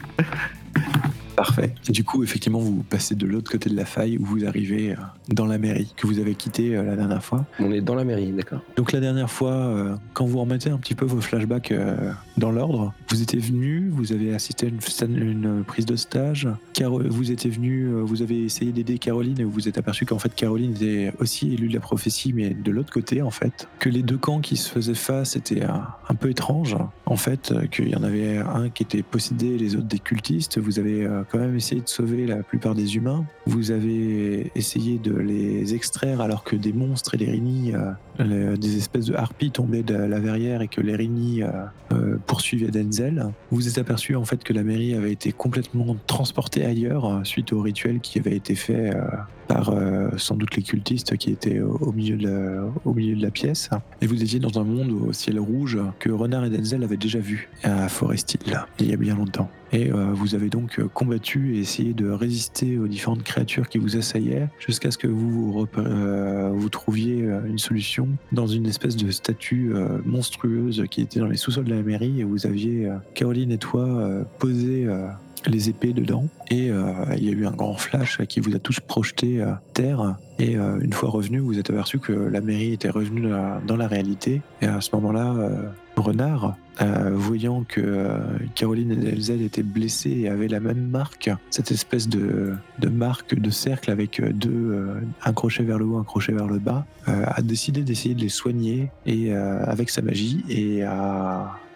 Parfait. Et du coup, effectivement, vous passez de l'autre côté de la faille où vous arrivez euh, dans la mairie que vous avez quittée euh, la dernière fois. On est dans la mairie, d'accord. Donc la dernière fois, euh, quand vous remettez un petit peu vos flashbacks euh, dans l'ordre, vous étiez venu, vous avez assisté à une, scène- une prise de stage. Caro- vous étiez venu, euh, vous avez essayé d'aider Caroline et vous vous êtes aperçu qu'en fait Caroline était aussi élue de la prophétie, mais de l'autre côté en fait. Que les deux camps qui se faisaient face étaient euh, un peu étranges. En fait, euh, qu'il y en avait un qui était possédé, les autres des cultistes. Vous avez euh, quand même essayé de sauver la plupart des humains. Vous avez essayé de les extraire alors que des monstres et des rhinis, euh, le- des espèces de harpies tombaient de la verrière et que les rhinis euh, euh, poursuivaient Denzel. Vous vous êtes aperçu en fait que la mairie avait été complètement transportée ailleurs euh, suite au rituel qui avait été fait euh, par euh, sans doute les cultistes qui étaient au, au milieu de la, au milieu de la pièce. Et vous étiez dans un monde au ciel rouge que Renard et Denzel avaient déjà vu à Forest Hill, il y a bien longtemps. Et euh, vous avez donc euh, combattu et essayé de résister aux différentes créatures qui vous assaillaient jusqu'à ce que vous vous, rep- euh, vous trouviez euh, une solution dans une espèce de statue euh, monstrueuse qui était dans les sous-sols de la mairie et vous aviez, euh, Caroline et toi, euh, posé euh, les épées dedans et euh, il y a eu un grand flash qui vous a tous projeté à terre et euh, une fois revenu vous êtes aperçu que la mairie était revenue dans la, dans la réalité et à ce moment-là euh, Renard, euh, voyant que euh, Caroline et Denzel étaient blessés et avaient la même marque, cette espèce de, de marque de cercle avec deux, euh, un crochet vers le haut, un crochet vers le bas, euh, a décidé d'essayer de les soigner et, euh, avec sa magie et a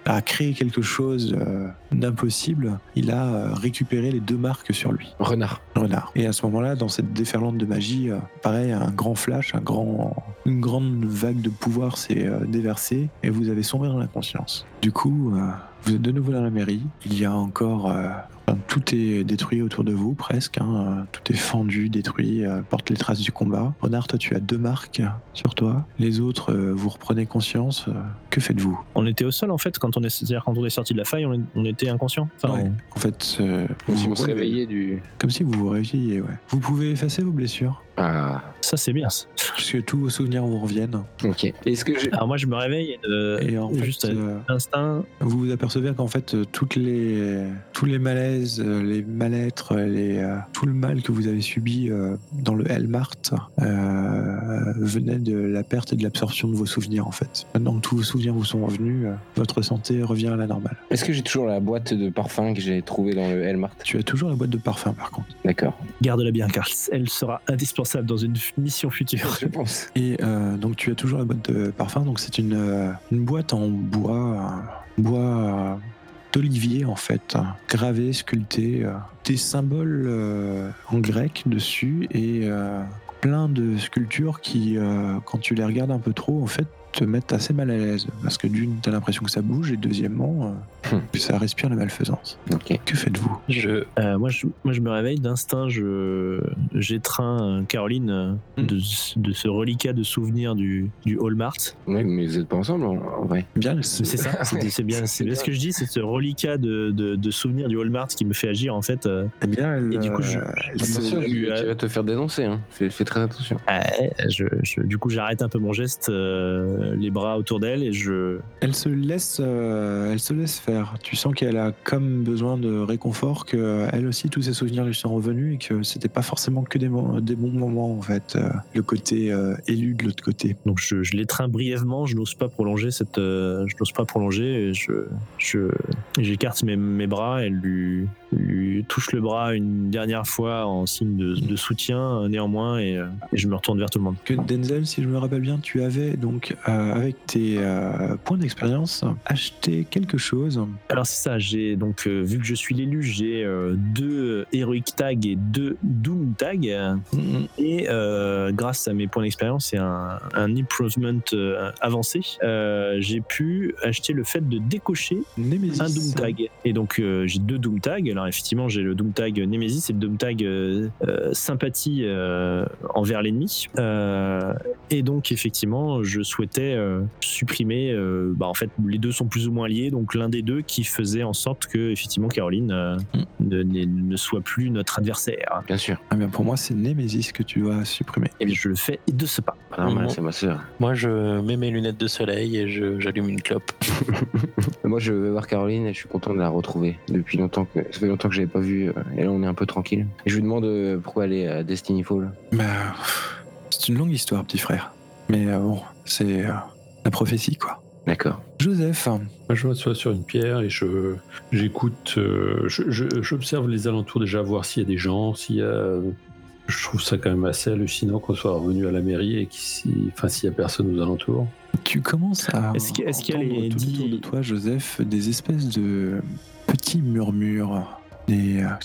à créer quelque chose euh, d'impossible, il a euh, récupéré les deux marques sur lui. Renard. Renard. Et à ce moment-là, dans cette déferlante de magie, euh, pareil, un grand flash, un grand, une grande vague de pouvoir s'est euh, déversée et vous avez sombré dans l'inconscience. Du coup, euh, vous êtes de nouveau dans la mairie. Il y a encore... Euh, enfin, tout est détruit autour de vous, presque. Hein. Tout est fendu, détruit, euh, porte les traces du combat. Renard, toi, tu as deux marques sur toi. Les autres, euh, vous reprenez conscience. Euh, que faites-vous ? On était au sol en fait quand on est, c'est-à-dire, quand on est sorti de la faille, on, est- on était inconscient. Enfin, Ouais. on- En fait, euh, Comme si vous on se relevez. réveillait du. Comme si vous vous réveilliez, ouais. Vous pouvez effacer vos blessures, Ah, ça c'est bien. Ça. puisque tous vos souvenirs vous reviennent. ok. Est-ce que j'ai. Alors moi je me réveille euh, Et en fait, juste à euh, instinct. vous vous apercevez qu'en fait, euh, toutes les, tous les malaises, euh, les mal-être, les, euh, tout le mal que vous avez subi euh, dans le Hellmart euh, venait de la perte et de l'absorption de vos souvenirs, en fait. Maintenant que tous vos souvenirs vous sont revenus, euh, votre santé revient à la normale. Est-ce que j'ai toujours la boîte de parfum que j'ai trouvée dans le Hellmart? Tu as toujours la boîte de parfum, par contre. D'accord. Garde-la bien car elle sera indispensable dans une f- mission future. Je pense. Et euh, donc tu as toujours la boîte de parfum, donc c'est une, euh, une boîte en bois, euh, bois euh, d'olivier en fait, hein, gravé, sculpté, euh, des symboles euh, en grec dessus et euh, plein de sculptures qui, euh, quand tu les regardes un peu trop, en fait, te mettent assez mal à l'aise. Parce que d'une, t'as l'impression que ça bouge et deuxièmement, euh, Hmm. ça respire la malfaisance. Ok. Que faites-vous ? Je, Euh, moi, je, moi je me réveille d'instinct, je, j'étreins euh, Caroline euh, Mm. de, de ce reliquat de souvenirs du, du Hallmart. Ouais, mais vous êtes pas ensemble en, en vrai. Bien, Mais c'est ça, c'est, c'est bien, c'est bien ce que je dis, c'est ce reliquat de, de, de souvenirs du Hallmart qui me fait agir en fait. euh, eh bien, elle, Et du coup, je- euh, elle je- se- Attention, lui tu, a- tu vas te faire dénoncer. Hein. Fais, fais très attention. ouais, je, je- du coup, j'arrête un peu mon geste, euh, les bras autour d'elle et je. Elle se laisse, euh, elle se laisse faire. Tu sens qu'elle a comme besoin de réconfort, que elle aussi tous ses souvenirs lui sont revenus et que c'était pas forcément que des, mo- des bons moments en fait. Euh, le côté euh, élu de l'autre côté. Donc je, je l'étreins brièvement, je n'ose pas prolonger cette, euh, je n'ose pas prolonger, et je, je, j'écarte mes, mes bras, elle lui, lui touche le bras une dernière fois en signe de, de soutien euh, néanmoins, et, euh, et je me retourne vers tout le monde. Que Denzel, si je me rappelle bien, tu avais donc euh, avec tes euh, points d'expérience acheté quelque chose. Alors c'est ça, j'ai donc euh, vu que je suis l'élu, j'ai euh, deux Heroic Tags et deux Doom Tags, euh, Mm, et euh, grâce à mes points d'expérience et un, un improvement euh, avancé, euh, j'ai pu acheter le fait de décocher Nemesis. un Doom Tag. Et donc euh, j'ai deux Doom Tags. Alors effectivement j'ai le Doom Tag Nemesis et le Doom Tag euh, euh, sympathie euh, envers l'ennemi. Euh, et donc effectivement je souhaitais euh, supprimer. Euh, bah, en fait les deux sont plus ou moins liés. Donc l'un des deux qui faisait en sorte que effectivement Caroline euh, ne, ne, ne soit plus notre adversaire. Bien sûr. Ah bien, pour moi, c'est Nemesis que tu dois supprimer. Et je le fais de ce pas. Pas normal, Mhm. c'est ma sœur. moi, je mets mes lunettes de soleil et je- j'allume une clope. Moi, je vais voir Caroline et je suis content de la retrouver. Depuis longtemps que ça fait longtemps que je l'avais pas vue. euh, Et là, on est un peu tranquille. Et je lui demande euh, pourquoi elle est à Destiny Fall. Bah, c'est une longue histoire, petit frère. Mais euh, bon, c'est euh, la prophétie, quoi. D'accord. Joseph, Moi, je m'assois sur une pierre et je j'écoute, euh, je- je- j'observe les alentours déjà, voir s'il y a des gens, s'il y a. Je trouve ça quand même assez hallucinant qu'on soit revenu à la mairie et qu'il enfin, s'il y a personne aux alentours. tu commences à Est-ce qu'il- est-ce qu'il y a entendre les tout dix- autour de toi, Joseph, des espèces de petits murmures, des euh,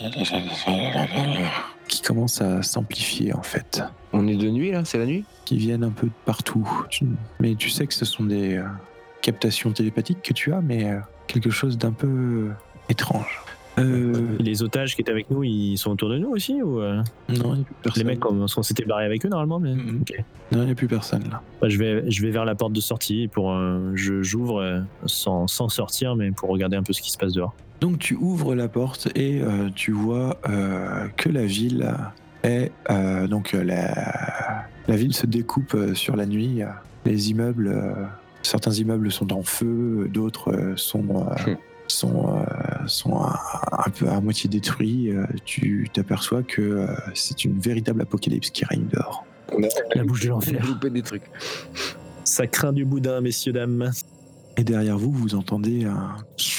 qui commencent à s'amplifier en fait, On est de nuit là, c'est la nuit. qui viennent un peu de partout. Tu- Mais tu sais que ce sont des euh, captations télépathiques que tu as, mais euh, quelque chose d'un peu euh, étrange. Euh, Et les otages qui étaient avec nous, ils sont autour de nous aussi ou euh, non, il n'y a plus personne. les mecs, comme on s'était barré avec eux normalement, mais. Mhm. Ok. Non, il n'y a plus personne là. Bah, je vais, je vais vers la porte de sortie pour, euh, je j'ouvre euh, sans, sans sortir, mais pour regarder un peu ce qui se passe dehors. Donc tu ouvres la porte et euh, tu vois euh, que la ville est euh, donc euh, la, la ville se découpe euh, sur la nuit. Les immeubles, euh, certains immeubles sont en feu, d'autres euh, sont euh, Hmm. sont euh, sont un, un peu à moitié détruits. Euh, tu t'aperçois que euh, c'est une véritable apocalypse qui règne dehors. On a, La bouche de on a l'enfer. loupé des trucs. Ça craint du boudin, messieurs, dames. Et derrière vous, vous entendez un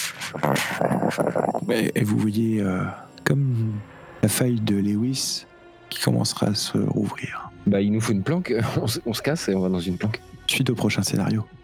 et, et vous voyez euh, comme la faille de Lewis qui commencera à se rouvrir. Bah, il nous faut une planque. On se, on se casse et on va dans une planque. Suite au prochain scénario.